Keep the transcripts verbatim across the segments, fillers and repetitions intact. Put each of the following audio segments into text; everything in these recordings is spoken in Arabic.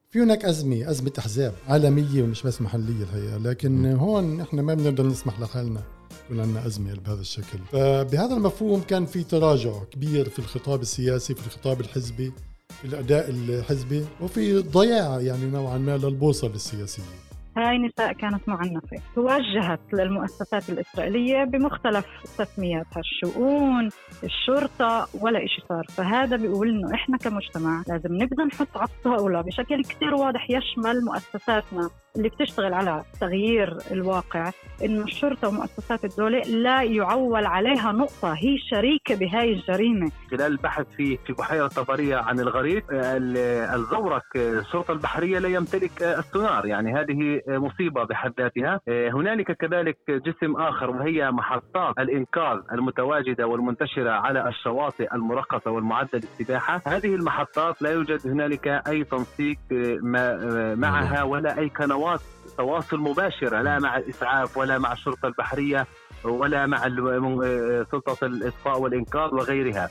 في هناك أزمة أزمة أحزاب عالمية ومش بس محلية الحقيقة، لكن هون إحنا ما بنقدر نسمح لحالنا يكون عندنا أزمة بهذا الشكل. فبهذا المفهوم كان في تراجع كبير في الخطاب السياسي، في الخطاب الحزبي، في الأداء الحزبي، وفي ضياع يعني نوعا ما للبوصلة السياسية. هاي نساء كانت معنفة توجهت للمؤسسات الإسرائيلية بمختلف تسمياتها، الشؤون، الشرطة، ولا إشي صار. فهذا بيقول إنه إحنا كمجتمع لازم نبدأ نحط على الطاولة بشكل كتير واضح يشمل مؤسساتنا اللي بتشتغل على تغيير الواقع، إنه الشرطة ومؤسسات الدولة لا يعول عليها نقطة، هي شريكة بهاي الجريمة. خلال البحث في في بحيرة طبرية عن الغريق، الزورق الشرطة البحرية لا يمتلك السونار، يعني هذه مصيبة بحد ذاتها. هنالك كذلك جسم آخر وهي محطات الإنقاذ المتواجدة والمنتشرة على الشواطئ المرخصة والمعدة للسباحة. هذه المحطات لا يوجد هنالك أي تنسيق معها ولا أي قنوات تواصل مباشرة، لا مع الإسعاف ولا مع الشرطة البحرية ولا مع سلطة الإطفاء والإنقاذ وغيرها.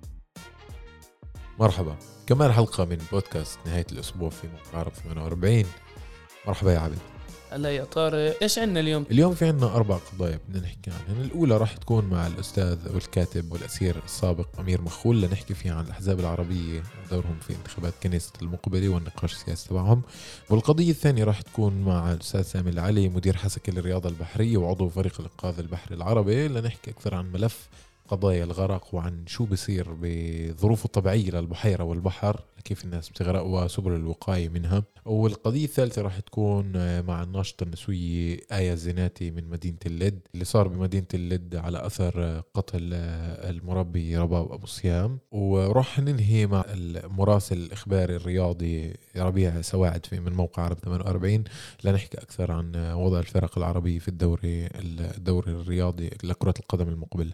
مرحبا، كمان حلقة من بودكاست نهاية الأسبوع في موقع عرب ثمانية وأربعين. مرحبا يا عبد. هلا يا طارق، إيش عنا اليوم؟ اليوم في عنا أربع قضايا بدنا نحكي عنها. الأولى راح تكون مع الأستاذ والكاتب والأسير السابق أمير مخول، لنحكي فيها عن الأحزاب العربية ودورهم في انتخابات كنيسة المقبلة والنقاش السياسي تبعهم. والقضية الثانية راح تكون مع الأستاذ سامي العلي، مدير حسكة الرياضة البحرية وعضو فريق الإنقاذ البحري العربي، لنحكي أكثر عن ملف قضايا الغرق وعن شو بصير بظروفه الطبيعية للبحيرة والبحر، كيف الناس بتغرق وسبل الوقاية منها. والقضية الثالثة راح تكون مع الناشطة النسوية آية الزناتي من مدينة اللد، اللي صار بمدينة اللد على أثر قتل المربي رباب أبو صيام. وراح ننهي مع المراسل الإخباري الرياضي ربيع سواعد في من موقع عرب ثمانية وأربعين، لنحكي أكثر عن وضع الفرق العربية في الدوري الدوري الرياضي لكرة القدم المقبل.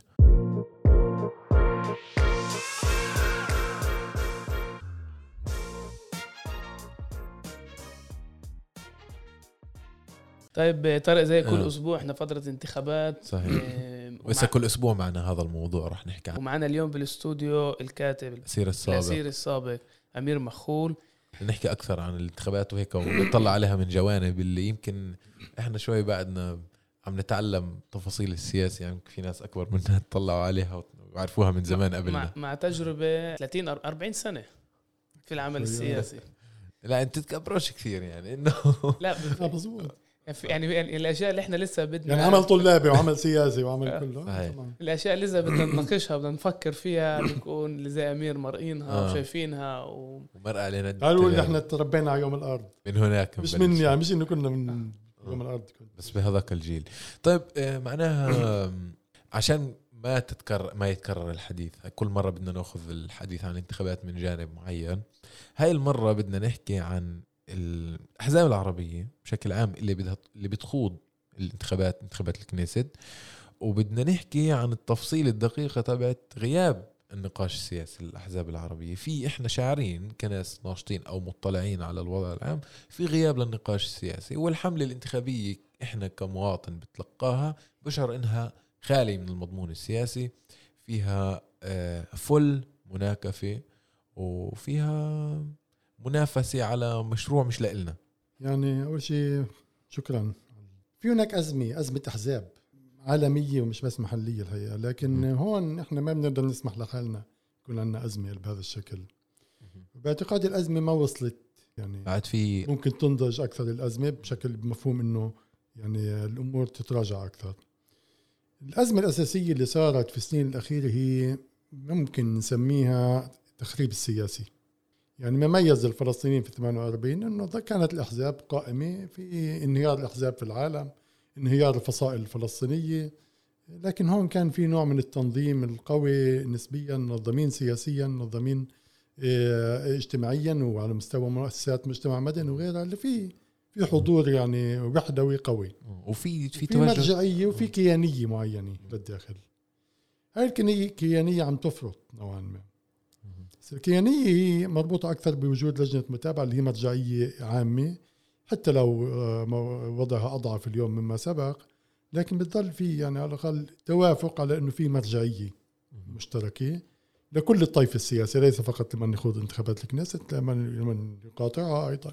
طيب طارق، زي كل آه. أسبوع احنا فترة انتخابات. صحيح. وإسا كل أسبوع معنا هذا الموضوع رح نحكي عنه. ومعنا اليوم بالاستوديو الكاتب الأسير السابق الأسير السابق أمير مخول، نحكي أكثر عن الانتخابات وهيك، ونطلع عليها من جوانب اللي يمكن إحنا شوي بعدنا عم نتعلم تفاصيل السياسة، يعني في ناس أكبر منها تطلعوا عليها وعرفوها من زمان قبلنا، مع, مع تجربة ثلاثين أربعين سنة في العمل السياسي. لا أنت تكبروش كثير يعني إنه لا مظبوط، يعني الاشياء اللي احنا لسه بدنا يعني عمل طلابي وعمل سياسي وعمل كله الاشياء اللي لسه بدنا نناقشها بدنا نفكر فيها، بنكون اللي زي امير مرئينها آه. وشايفينها و... ومرأة علينا. قالوا اللي احنا تربينا على يوم الارض من هناك، مش من يعني مش انه كنا من آه. يوم الارض كنا. بس بهذاك الجيل. طيب معناها عشان ما تتكرر ما يتكرر الحديث، كل مرة بدنا ناخذ الحديث عن الانتخابات من جانب معين، هاي المرة بدنا نحكي عن الأحزاب العربية بشكل عام اللي بدها اللي بتخوض الانتخابات انتخابات الكنيسة، وبدنا نحكي عن التفصيل الدقيقة تبعت غياب النقاش السياسي للأحزاب العربية. في إحنا شاعرين كناس ناشطين أو مطلعين على الوضع العام في غياب للنقاش السياسي، والحملة الانتخابية إحنا كمواطن بتلقاها بشعر إنها خالي من المضمون السياسي، فيها فل مناكفة وفيها منافسة على مشروع مش لإلنا. يعني أول شيء شكرا. في هناك أزمة أزمة أحزاب عالمية ومش بس محلية الحقيقة، لكن م. هون إحنا ما بنقدر نسمح لحالنا يكون عندنا أزمة بهذا الشكل. باعتقاد الأزمة ما وصلت، يعني بعد في ممكن تنضج أكثر الأزمة بشكل بمفهوم إنه يعني الأمور تتراجع أكثر. الأزمة الأساسية اللي صارت في السنين الأخيرة هي ممكن نسميها تخريب السياسي. يعني ما ميز الفلسطينيين في ثمانية وأربعين أنه كانت الأحزاب قائمة في انهيار الأحزاب في العالم، انهيار الفصائل الفلسطينية، لكن هون كان في نوع من التنظيم القوي نسبيا، منظمين سياسيا، منظمين اجتماعيا وعلى مستوى مؤسسات مجتمع مدني وغيرها، اللي في في حضور يعني وحدوي قوي، وفي في, في مرجعية وفي كيانية معينة للداخل. هاي الكيانية عم تفرط نوعا ما. الكيانية هي مربوطة أكثر بوجود لجنة متابعة اللي هي مرجعية عامة، حتى لو وضعها أضعف اليوم مما سبق، لكن بتظل في يعني على الأقل توافق على أنه في مرجعية مشتركة لكل الطيف السياسي، ليس فقط لمن يخوض انتخابات الكنيسة، لمن يقاطعها أيضا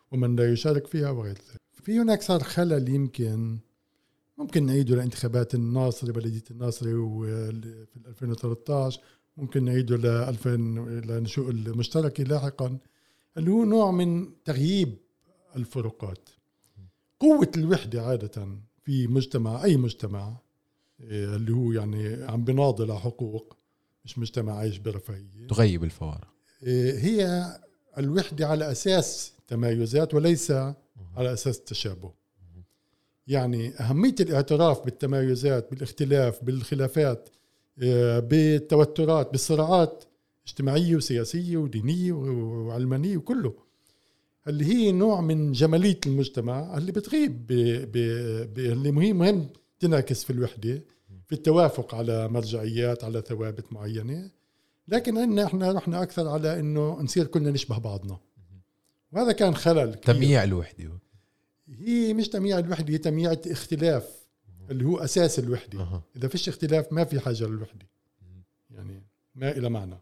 ومن لا يشارك فيها وغير ذلك. في هناك صار خلل يمكن ممكن نعيده لانتخابات الناصري بلدية الناصري في ألفين وثلاثة عشر، ممكن نعيده ل ألفين لنشوء المشتركة لاحقا، اللي هو نوع من تغييب الفروقات. قوة الوحدة عادة في مجتمع أي مجتمع اللي هو يعني عم بناضل على حقوق، مش مجتمع عايش برفاهية، تغيب الفوارق. هي الوحدة على أساس تمايزات وليس على أساس تشابه. يعني أهمية الاعتراف بالتمايزات، بالاختلاف، بالخلافات، بالتوترات، بالصراعات اجتماعية وسياسية ودينية وعلمانية وكله، اللي هي نوع من جمالية المجتمع اللي بتغيب ب... ب... ب... اللي مهم مهم تنعكس في الوحدة، في التوافق على مرجعيات، على ثوابت معينة. لكن عندنا احنا رحنا أكثر على إنه نصير كلنا نشبه بعضنا، وهذا كان خلل كبير. تمييع الوحدة هي مش تمييع الوحدة، هي تمييع اختلاف اللي هو أساس الوحدة. أه. إذا فيش اختلاف ما في حاجة للوحدة، يعني ما إلى معنى.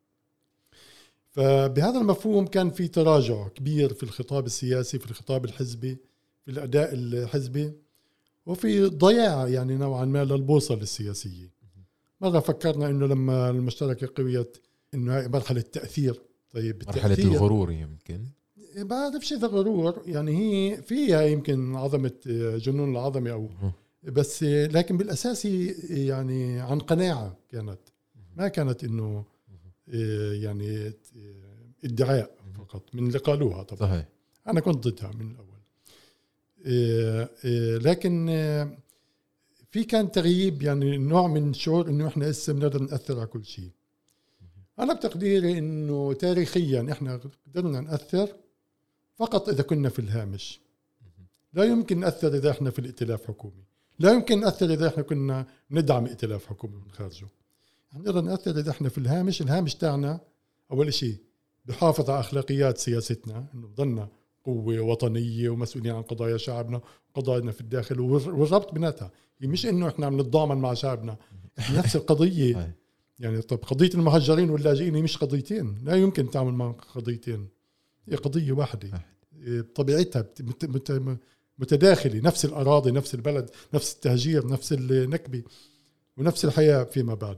فبهذا المفهوم كان في تراجع كبير في الخطاب السياسي، في الخطاب الحزبي، في الأداء الحزبي، وفي ضياع يعني نوعا ما للبوصلة السياسية. مرة فكرنا إنه لما المشتركة قويت إنه هاي مرحلة تأثير. طيب مرحلة الغرور يمكن، ما بعرفش إذا غرور، يعني هي فيها يمكن عظمة، جنون العظمة أو بس، لكن بالأساس يعني عن قناعة كانت، ما كانت إنه يعني ادعاء فقط من اللي قالوها. طبعا صحيح. أنا كنت ضدها من الأول، لكن في كان تغييب، يعني نوع من شعور إنه إحنا لسه بنقدر نأثر على كل شيء. أنا بتقديري إنه تاريخيا إحنا قدرنا نأثر فقط إذا كنا في الهامش. لا يمكن نأثر إذا إحنا في الائتلاف حكومي، لا يمكن نأثر إذا إحنا كنا ندعم ائتلاف حكومي من خارجه. نقدر نأثر إذا إحنا في الهامش. الهامش تاعنا أول شيء بحافظ على أخلاقيات سياستنا، إنه ضلنا قوة وطنية ومسؤولين عن قضايا شعبنا وقضايانا في الداخل، والربط بيناتها. مش إنه إحنا عم نتضامن مع شعبنا، إحنا نفس القضية. يعني طب قضية المهاجرين واللاجئين مش قضيتين، لا يمكن تعمل مع قضيتين، هي قضية واحدة بطبيعتها متداخلة، نفس الأراضي، نفس البلد، نفس التهجير، نفس النكبة، ونفس الحياة فيما بعد.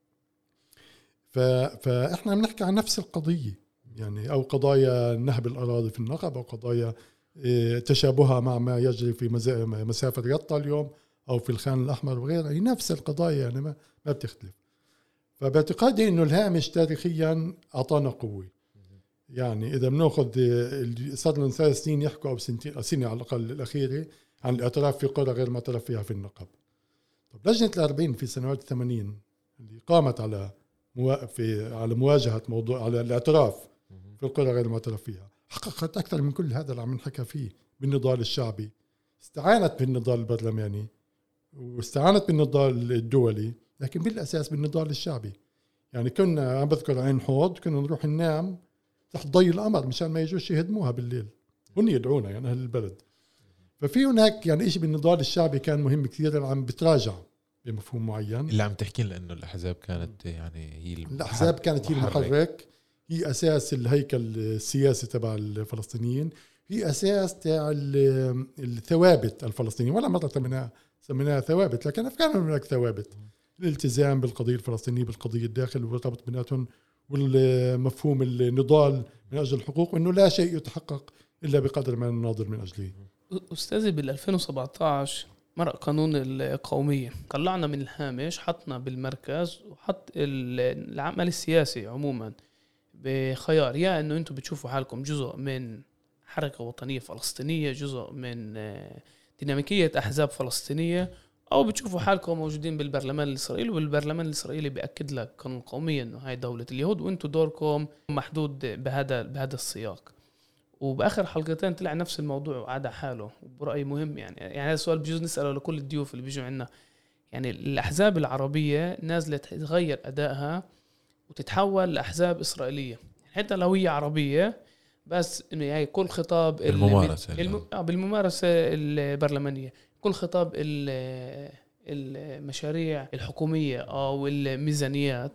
فإحنا بنحكي عن نفس القضية، يعني أو قضايا نهب الأراضي في النقب، أو قضايا تشابهها مع ما يجري في مسافة يطا اليوم أو في الخان الأحمر وغيرها. هي نفس القضايا، يعني ما ما بتختلف. فباعتقادي إنه الهامش تاريخيا أعطانا قوة. يعني إذا بنأخذ صار لنا ثلاث سنين يحكوا أو سنتين، سنة على الأقل الأخيرة، عن الاعتراف في قرى غير معترف فيها في النقب. طب لجنة الأربعين في سنوات الثمانين اللي قامت على موا... في على مواجهة موضوع على الاعتراف في القرى غير معترف فيها، حققت أكثر من كل هذا اللي عم نحكي فيه بالنضال الشعبي. استعانت بالنضال البرلماني واستعانت بالنضال الدولي، لكن بالأساس بالنضال الشعبي. يعني كنا عم بذكر عين حوض، كنا نروح ننام تحت ضي القمر مشان ما يجوش يهدموها بالليل، هن يدعونا يعني أهل البلد. ففي هناك يعني إشي بالنضال الشعبي كان مهم كثير، اللي عم بتراجع بمفهوم معين. اللي عم تحكي لأنه الأحزاب كانت يعني هي الأحزاب كانت هي المحرك، هي أساس الهيكل السياسي تبع الفلسطينيين، هي أساس تاع الثوابت الفلسطينيين. ولا مرة سميناها سميناها ثوابت، لكن كان هناك ثوابت، الالتزام بالقضية الفلسطينية، بالقضية الداخل، والربط بيناتهم، والمفهوم النضال من أجل الحقوق، وإنه لا شيء يتحقق إلا بقدر ما نناضل من أجله. أستاذي بال ألفين وسبعة عشر مرق قانون القومية، طلعنا من الهامش، حطنا بالمركز، وحط العمل السياسي عموما بخيار، يا إنه أنتم بتشوفوا حالكم جزء من حركة وطنية فلسطينية، جزء من ديناميكية أحزاب فلسطينية، أو بتشوفوا حالكم موجودين بالبرلمان الإسرائيلي، والبرلمان الإسرائيلي بيأكد لك قانون القومية إنه هاي دولة اليهود، وأنتم دوركم محدود بهذا بهذا السياق. وبآخر حلقتين طلع نفس الموضوع وعاد حاله، وبرأيي مهم. يعني يعني هذا السؤال بجوز نسأله لكل الضيوف اللي بيجوا عنا. يعني الأحزاب العربية نازلة تغير أدائها وتتحول لأحزاب إسرائيلية، حتى لو هي عربية، بس إنه يعني كل خطاب بالممارسة الم... بالممارسة البرلمانية، كل خطاب المشاريع الحكومية أو الميزانيات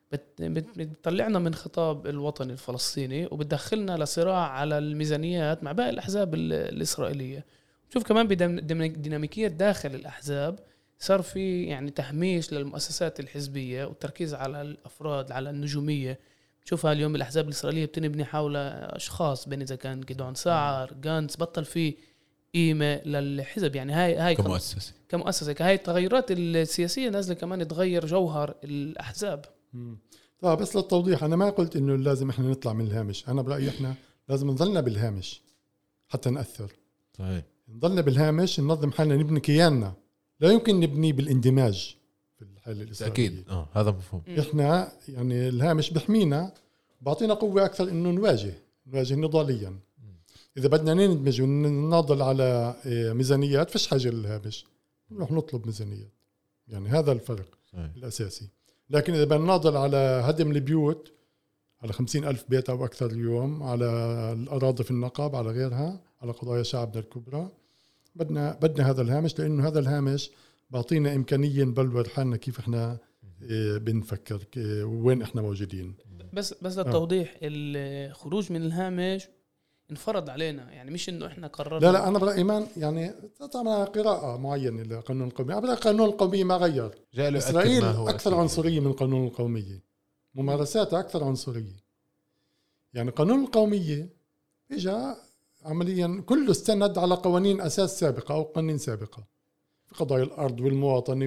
بت- بت- بتطلعنا من خطاب الوطني الفلسطيني وبتدخلنا لصراع على الميزانيات مع باقي الأحزاب ال- الإسرائيلية. شوف كمان بديناميكية داخل الأحزاب صار في يعني تهميش للمؤسسات الحزبية والتركيز على الأفراد على النجومية. شوفها اليوم الأحزاب الإسرائيلية بتنبني حول أشخاص، بين إذا كان جدعون سعر جانتس، بطل فيه قيمة للحزب. يعني هاي هاي كمؤسسة كمؤسسة هاي التغيرات السياسية نازلة كمان تغير جوهر الأحزاب. طيب بس للتوضيح، أنا ما قلت إنه لازم إحنا نطلع من الهامش. أنا برأيي إحنا لازم نضلنا بالهامش حتى نأثر. صحيح. نضلنا بالهامش، ننظم حالنا، نبني كياننا. لا يمكن نبني بالاندماج في الحالة الإسرائيلية. أكيد آه هذا مفهوم. إحنا يعني الهامش بحمينا، بعطينا قوة أكثر إنه نواجه نواجه نضاليا. إذا بدنا نندمج ونناضل على ميزانيات فيش حاجة للهامش، نروح نطلب ميزانيات. يعني هذا الفرق صحيح. الأساسي. لكن إذا بدنا نناضل على هدم البيوت، على خمسين ألف بيت أو أكثر اليوم، على الأراضي في النقب، على غيرها، على قضايا شعبنا الكبرى، بدنا بدنا هذا الهامش، لأنه هذا الهامش بعطينا إمكانية نبلور حالنا كيف إحنا بنفكر وين إحنا موجودين. بس بس للتوضيح، الخروج من الهامش انفرض علينا، يعني مش إنه إحنا قررنا. لا لا أنا برأيي إيمان يعني طبعا قراءة معينة لقانون القومية. أنا القانون القومي ما غير. إسرائيل أكثر عنصرية من قانون القومية، ممارساتها أكثر عنصرية. يعني قانون القومية إجا عمليا كله استند على قوانين أساس سابقة أو قوانين سابقة في قضايا الأرض والمواطنة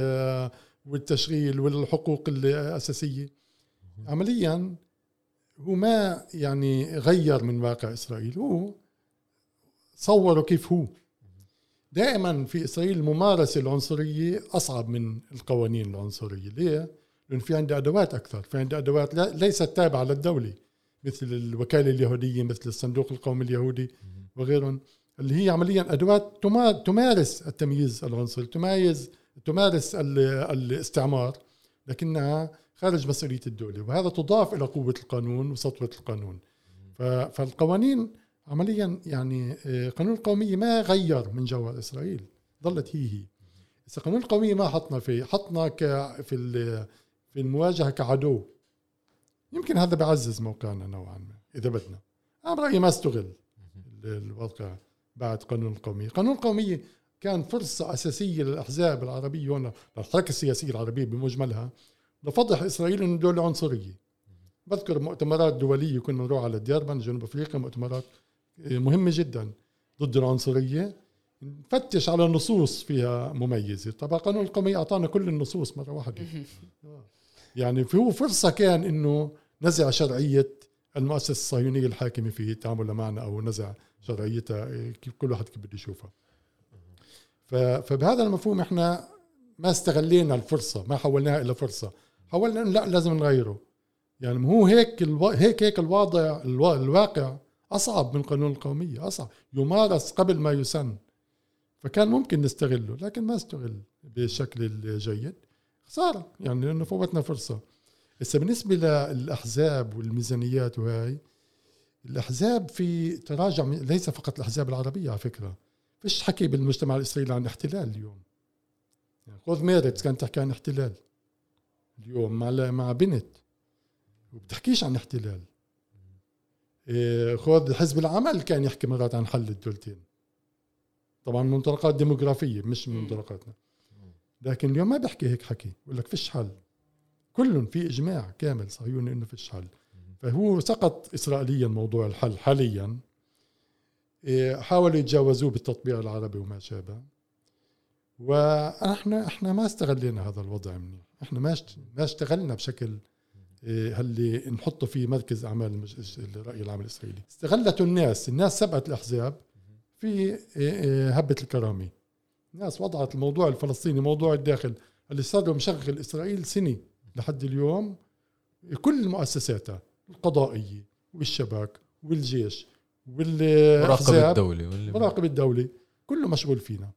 والتشغيل والحقوق الأساسية. عمليا هو ما يعني غير من واقع إسرائيل، هو صوره كيف هو. دائما في إسرائيل الممارسة العنصرية أصعب من القوانين العنصرية. ليه؟ لأن في عندها أدوات أكثر، في عندها أدوات ليست تابعة للدولة، مثل الوكالة اليهودية، مثل الصندوق القومي اليهودي وغيرهم، اللي هي عمليا أدوات تمارس التمييز العنصري، تميز تمارس الاستعمار، لكنها خارج مسؤولية الدولة. وهذا تضاف إلى قوة القانون وسطوة القانون. فالقوانين عمليا يعني قانون القومية ما غير من جوهر إسرائيل، ظلت هي هي. إذا قانون القومية ما حطنا فيه، حطنا في في المواجهة كعدو، يمكن هذا بعزز موقعنا نوعا ما إذا بدنا. أنا برأيي ما استغل الواقع بعد قانون القومية. قانون القومية كان فرصة أساسية للأحزاب العربية هنا، للحركة السياسية العربية بمجملها، لفضح إسرائيل إنه دولة عنصرية. بذكر مؤتمرات دولية كنا نروح على ديربان جنوب أفريقيا، مؤتمرات مهمة جدا ضد العنصرية، نفتش على نصوص فيها مميزة. طبعا قانون القومية أعطانا كل النصوص مرة واحدة. يعني فيه فرصة كان إنه نزع شرعية المؤسسة الصهيونية الحاكمة في التعامل معنا، أو نزع شرعيتها كيف كل واحد كيف بده يشوفها. فبهذا المفهوم إحنا ما استغلينا الفرصة، ما حولناها إلى فرصة، حولنا لا لازم نغيره. يعني هو هيك الو... هيك هيك الوضع الو... الواقع أصعب من قانون القومية، أصعب، يمارس قبل ما يسن. فكان ممكن نستغله لكن ما استغل بشكل الجيد، خسارة يعني، لأنه فوتنا فرصة. بس بالنسبة للأحزاب والميزانيات وهاي، الأحزاب في تراجع، ليس فقط الأحزاب العربية على فكرة. فيش حكي بالمجتمع الإسرائيلي عن احتلال اليوم. يعني خذ ميرتس كانت تحكي عن احتلال اليوم مع مع بنت، وبتحكيش عن احتلال. إيه خذ حزب العمل كان يحكي مرات عن حل الدولتين، طبعا منطلقات ديموغرافية مش من منطلقاتنا، لكن اليوم ما بحكي هيك حكي، بقول لك فيش حل. كلهم في إجماع كامل صهيوني إنه فيش حل. فهو سقط إسرائيليا موضوع الحل حاليا. إيه حاولوا يتجاوزوه بالتطبيع العربي وما شابه، واحنا احنا ما استغلينا هذا الوضع منيح. احنا ما ما اشتغلنا بشكل اللي نحطه في مركز اعمال الرأي العام الاسرائيلي. استغلته الناس الناس سبقت الاحزاب في هبة الكرامة. الناس وضعت الموضوع الفلسطيني موضوع الداخل اللي صار مشغل اسرائيل سنة لحد اليوم، كل مؤسساتها القضائية والشباك والجيش والمراقب الدولي مراقب الدولي كله مشغول فينا.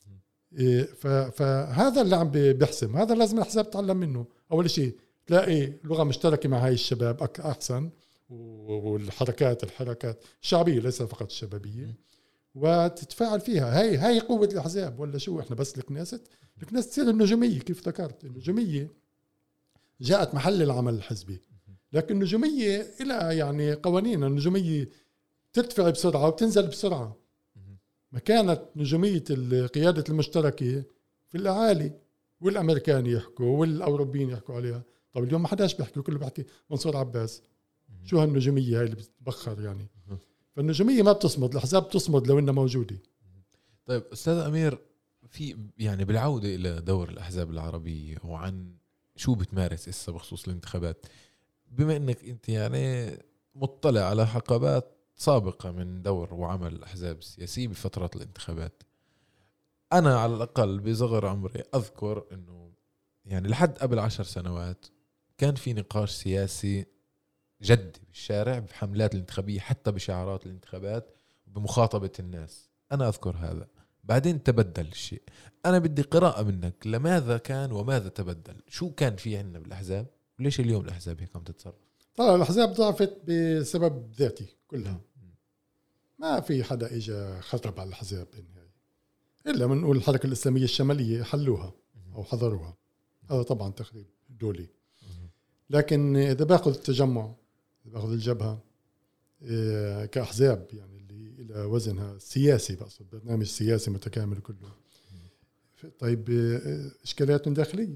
فهذا اللي عم بيحسم، هذا لازم الأحزاب تتعلم منه. أول شيء تلاقي لغة مشتركة مع هاي الشباب أحسن، والحركات الحركات الشعبية ليس فقط الشبابية، وتتفاعل فيها. هاي هاي قوة الأحزاب. ولا شو إحنا بس الكنيست الكنيست تصير النجومية كيف ذكرت. النجومية جاءت محل العمل الحزبي. لكن النجومية إلى يعني قوانين النجومية ترتفع بسرعة وتنزل بسرعة. ما كانت نجومية القيادة المشتركة في الأعالي والأمريكان يحكوا والأوروبيين يحكوا عليها. طب اليوم ما حداش بيحكي، كله بيحكي منصور عباس. شو هالنجومية هاي اللي بتبخر يعني؟ فالنجومية ما بتصمد، الأحزاب بتصمد لو إنها موجودة. طيب أستاذ أمير، في يعني بالعودة إلى دور الأحزاب العربية وعن شو بتمارس إسا بخصوص الانتخابات، بما أنك أنت يعني مطلع على حقبات سابقة من دور وعمل الأحزاب السياسية بفترات الانتخابات، أنا على الأقل بصغر عمري أذكر أنه يعني لحد قبل عشر سنوات كان في نقاش سياسي جدي بالشارع بحملات الانتخابية، حتى بشعارات الانتخابات وبمخاطبة الناس. أنا أذكر هذا. بعدين تبدل الشيء. أنا بدي قراءة منك، لماذا كان وماذا تبدل؟ شو كان في عنا بالأحزاب وليش اليوم الأحزاب هيك عم تتصرف؟ طبعا الأحزاب ضعفت بسبب ذاتي كلها. ما في حدا إجا خطب على الأحزاب بالنهاية، إلا من نقول الحركة الإسلامية الشمالية حلوها أو حضروها. هذا طبعا تخريب دولي. لكن إذا باخذ التجمع، إذا باخذ الجبهة إيه كأحزاب يعني اللي إلى وزنها سياسي، بقصد برنامج سياسي متكامل كله. طيب إشكالياتهم داخلية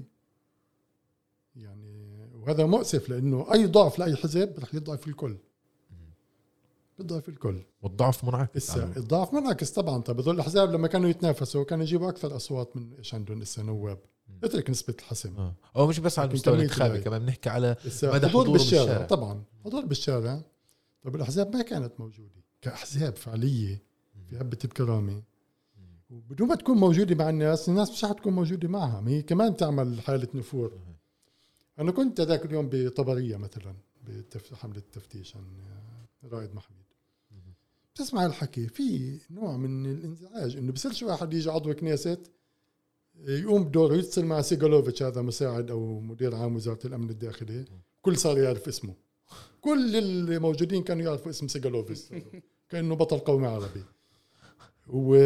يعني، وهذا مؤسف لأنه أي ضعف لأي حزب رح يضعف الكل، بضعف الكل. والضعف منعكس. الضعف منعكس طبعا. طب هذول الأحزاب لما كانوا يتنافسوا كانوا يجيبوا أكثر أصوات من إيش عندهم إسا نواب. اترك نسبة الحسم. آه. أو مش بس على المستوى الانتخابي، كمان بنحكي على مدى حضور بالشارع. بالشارع طبعا حضور بالشارع. طب الأحزاب ما كانت موجودة كأحزاب فعلية في هبة الكرامة، وبدون ما تكون موجودة مع الناس، الناس مش هتكون موجودة معها. هي كمان تعمل حالة نفور. أنا كنت ذاك اليوم بطبرية مثلا بحملة التفتيش عن رائد محمد. بتسمع الحكي في نوع من الانزعاج، إنه بصيرش واحد يجي عضو كنيسة يقوم بدوره يتصل مع سيغالوفيتش، هذا مساعد أو مدير عام وزارة الأمن الداخلي، كل صار يعرف اسمه. كل اللي موجودين كانوا يعرفوا اسم سيغالوفيتش كأنه بطل قومي عربي. و...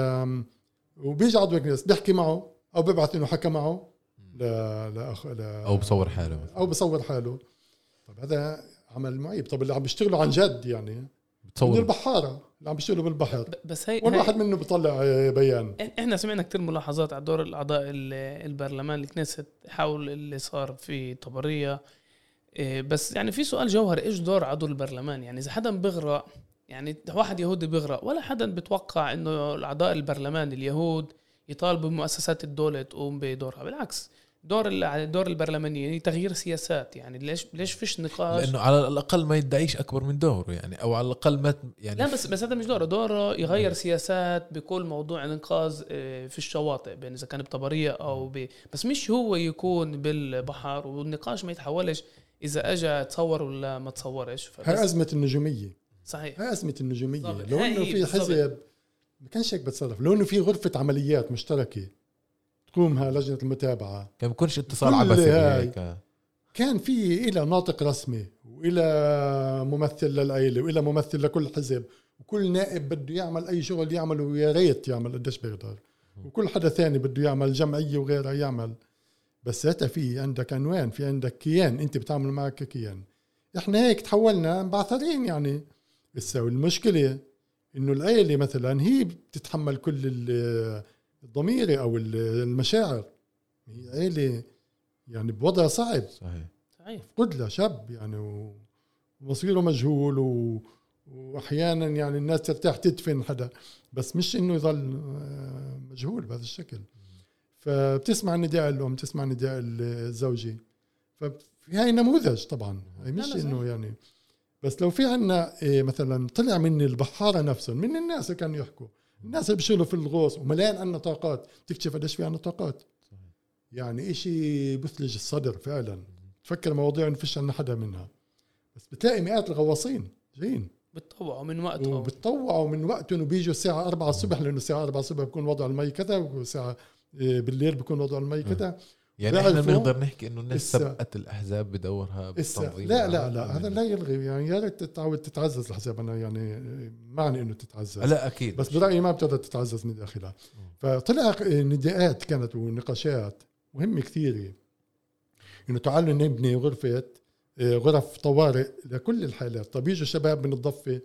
وبيجي عضو كنيسة بيحكي معه أو بيبعث إنه حكى معه لا لا أخ... لا أو بصور حاله أو بصور حاله. طب هذا عمل معيب. طب اللي عم بيشتغلوا عن جد يعني من البحارة اللي عم بيشتغلوا بالبحر، بس هي والواحد منه بيطلع بيان. احنا سمعنا كتير ملاحظات على دور الأعضاء البرلمان الكنيسة حول اللي صار في طبرية. بس يعني في سؤال جوهري، ايش دور عضو البرلمان؟ يعني إذا حدا بغرق، يعني واحد يهودي بغرق، ولا حدا بتوقع إنه الأعضاء البرلمان اليهود يطالبوا بمؤسسات الدولة تقوم بدورها. بالعكس، دور دور البرلمانيين تغيير سياسات. يعني ليش ليش فيش نقاش؟ لانه على الاقل ما يدعيش اكبر من دوره يعني، او على الاقل ما يعني لا بس بس هذا مش دوره. دوره يغير سياسات بكل موضوع الانقاذ في الشواطئ، بين اذا كان بطبريه او ب... بس مش هو يكون بالبحر، والنقاش ما يتحولش اذا اجى تصور ولا ما تصورش. هاي ازمه النجوميه. صحيح، هاي ازمه النجوميه. لو انه في حزب ما كانش هيك بتصرف، لو انه في غرفه عمليات مشتركه تقومها لجنة المتابعة، كان بيكونش اتصال عبثي هيك. كان في إلى ناطق رسمي وإلى ممثل للعائلة وإلى ممثل لكل حزب، وكل نائب بده يعمل أي شغل يعمله ويا ريت يعمل قديش بيقدر، وكل حدا ثاني بده يعمل جمعية وغيرها يعمل. بس هتا في عندك عنوان، في عندك كيان، أنت بتعمل معك كيان. إحنا هيك تحولنا بعثرين يعني. بس المشكلة إنه العائلة مثلا هي بتتحمل كل الضميري أو المشاعر. هي عائلة يعني بوضع صعب. صحيح صحيح. فقد له شاب يعني ومصيره مجهول و... وأحيانا يعني الناس ترتاح تدفن حدا، بس مش إنه يظل مجهول بهذا الشكل. فبتسمع نداء الأم، تسمع نداء الزوجي، ففي هاي نموذج طبعا. هاي مش إنه يعني، بس لو في عنا مثلا طلع من البحارة نفسهم، من الناس اللي كانوا يحكوا، الناس اللي بيشتغلوا في الغوص ومليان عنا طاقات، تكتشف قديش في عنا طاقات. يعني إشي بثلج الصدر فعلا. تفكر مواضيع نفش عنا حدا منها، بس بتلاقي مئات الغواصين جايين بتطوعوا من وقتهم وبتطوعوا من وقتهم وبيجوا الساعة أربعة الصبح، لأنه الساعة أربعة الصبح بيكون وضع المي كذا، والساعة بالليل بيكون وضع المي كذا. يعني احنا بنقدر نحكي انه الناس سبقت الاحزاب بدورها بالتنظيم. لا لا لا هذا لا يلغي يعني، يا ريت تتعود تتعزز الاحزاب. انا يعني معني انه تتعزز، لا اكيد، بس برايي ما بتقدر تتعزز من داخلها. فطلع نداءات كانت ونقاشات مهمه كثيره، إنه تعالوا نبني غرفة غرف طوارئ لكل الحالات. طب يجوا شباب من الضفة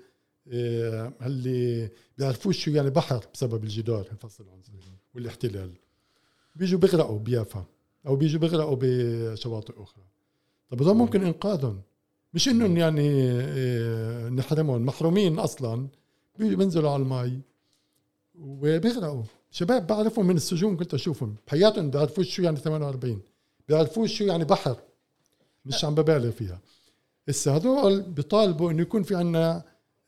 اللي بيعرفوش شو يعني بحر بسبب الجدار الفصل العنصري والاحتلال، بيجوا بيغرقوا بيافا أو بيجوا بيغرقوا بشواطئ أخرى. طب ده ممكن إنقاذهم، مش إنه يعني نحرمهم، محرومين أصلا، بينزلوا على الماء وبيغرقوا. شباب بعرفوا من السجون، كنت أشوفهم بحياتهم بيعرفوش شو يعني ثمانية وأربعين، بيعرفوش شو يعني بحر، مش عم ببالغ فيها. هسه هذول بيطالبوا إنه يكون في عنا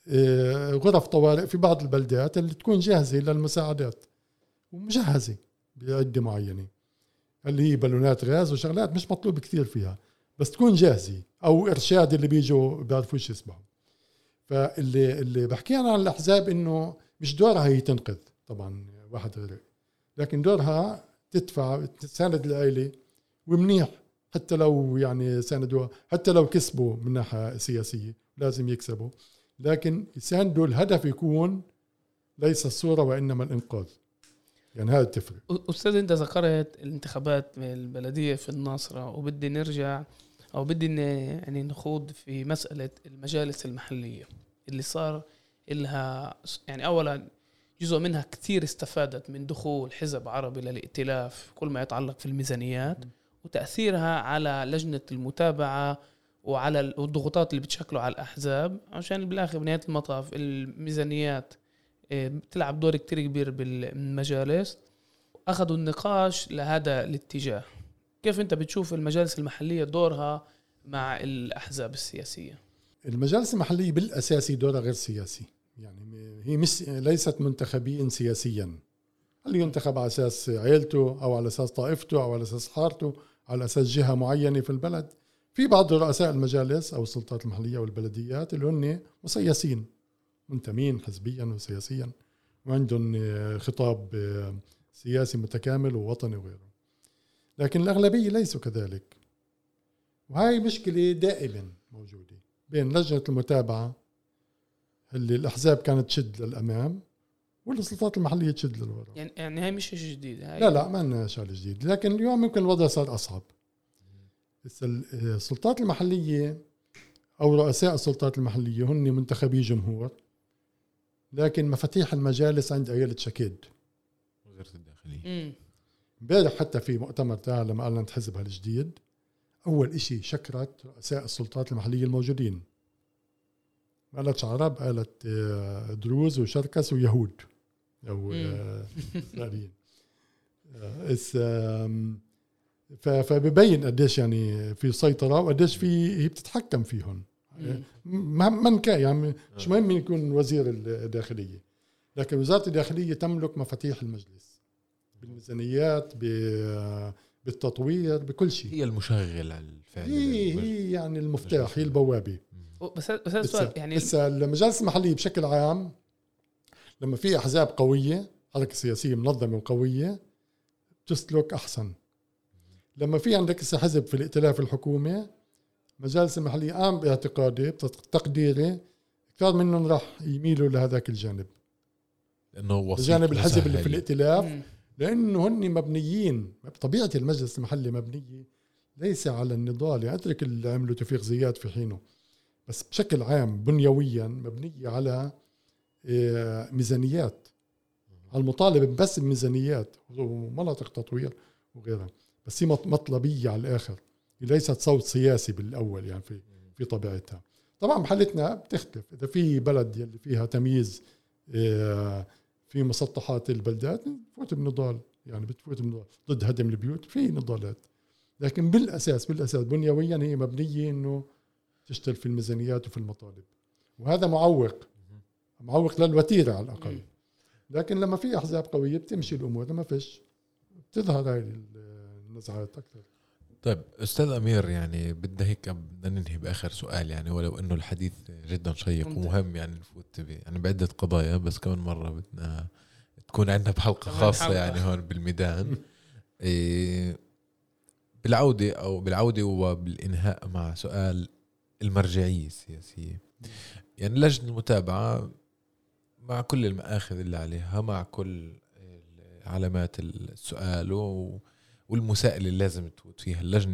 غرف طوارئ في بعض البلدات اللي تكون جاهزة للمساعدات ومجهزة بعدة معينة، اللي هي بالونات غاز وشغلات مش مطلوب كثير فيها، بس تكون جاهزة، أو إرشاد اللي بيجوا بيعرفوش يسبحوا. فاللي اللي بحكي أنا عن الأحزاب إنه مش دورها هي تنقذ طبعا واحد غير، لكن دورها تدفع تساند العائلة، ومنيح حتى لو يعني ساندوها، حتى لو كسبوا من ناحية سياسية لازم يكسبوا، لكن يساندوا الهدف يكون ليس الصورة وإنما الإنقاذ. يعني هذا تفرق. أستاذ أنت ذكرت الانتخابات البلدية في الناصرة، وبدي نرجع أو بدي يعني نخوض في مسألة المجالس المحلية اللي صار إلها يعني أولا جزء منها كتير استفادت من دخول حزب عربي للائتلاف كل ما يتعلق في الميزانيات وتأثيرها على لجنة المتابعة وعلى الضغوطات اللي بتشكله على الأحزاب، عشان بالآخر بنهاية المطاف الميزانيات بتلعب دور كتير كبير بالمجالس. أخذوا النقاش لهذا الاتجاه. كيف أنت بتشوف المجالس المحلية دورها مع الأحزاب السياسية؟ المجالس المحلية بالأساس دورها غير سياسي، يعني هي مش ليست منتخبين سياسيا، اللي ينتخب على أساس عائلته أو على أساس طائفته أو على أساس حارته، على أساس جهة معينة في البلد. في بعض رؤساء المجالس أو السلطات المحلية والبلديات اللي هن مسيسين، منتمين حزبيا وسياسيا، وعندهم خطاب سياسي متكامل ووطني وغيره، لكن الأغلبية ليسوا كذلك. وهي مشكلة دائما موجودة بين لجنة المتابعة اللي الأحزاب كانت تشد للأمام والسلطات المحلية تشد للوراء. يعني يعني هاي مش شيء جديد. هاي لا لا ما لنا شيء جديد، لكن اليوم يمكن الوضع صار أصعب. السلطات المحلية أو رؤساء السلطات المحلية هن منتخبي جمهور، لكن مفاتيح المجالس عند عيلة شكيد وزارة الداخلية. امبارح حتى في مؤتمر تاعها لما أعلنت حزبها الجديد، أول إشي شكرت رؤساء السلطات المحلية الموجودين، قالت عرب، قالت دروز وشركس ويهود أو إسرائيليين. فبيبين قديش يعني في سيطرة وقديش في هي بتتحكم فيهم. من كان يعني مش مهم يكون وزير الداخلية، لكن وزارة الداخلية تملك مفاتيح المجلس بالميزانيات، بالتطوير، بكل شيء. هي المشغل الفعلي، هي, هي يعني المفتاح، هي البوابة. بس هذا السؤال يعني لسه المجالس المحلية بشكل عام لما في أحزاب قوية، حركة سياسية منظمة وقوية، تسلك أحسن. لما في عندك حزب في الائتلاف الحكومي، مجالس المحلية قام باعتقادي بتقديري كثير منهم راح يميلوا لهذاك الجانب، لأنه جانب الحزب اللي في الائتلاف، مم. لأنه هن مبنيين بطبيعة المجلس المحلي مبنية ليس على النضال، يعني أترك اللي عملوا توفيق زياد في حينه، بس بشكل عام بنيويا مبنية على ميزانيات، على المطالبة بس بميزانيات ومناطق تطوير وغيرها، بس هي مطلبية على الآخر، ليست صوت سياسي بالأول يعني في في طبيعتها. طبعا بحالتنا بتختلف، إذا في بلد اللي فيها تمييز في مسطحات البلدات بتفوت بنضال، يعني بتفوت بنضال ضد هدم البيوت، في نضالات، لكن بالأساس بالأساس بنيويا هي مبنية إنه تشتغل في الميزانيات وفي المطالب، وهذا معوق معوق للوتيرة على الأقل. لكن لما في أحزاب قوية بتمشي الأمور، لما فيش بتظهر هاي النزعات أكثر. طيب أستاذ أمير، يعني بدنا هيك بدنا ننهي بآخر سؤال، يعني ولو إنه الحديث جدا شيق ومهم، يعني نفوت يعني بعدة قضايا، بس كمان مرة بدنا تكون عندنا بحلقة خاصة حلقة. يعني هون بالميدان. إيه بالعودة أو بالعودة وبالإنهاء مع سؤال المرجعية السياسية. يعني لجنة المتابعة مع كل المآخذ اللي عليها، مع كل علامات السؤال والمسائل اللي لازم تفوت فيها اللجنة،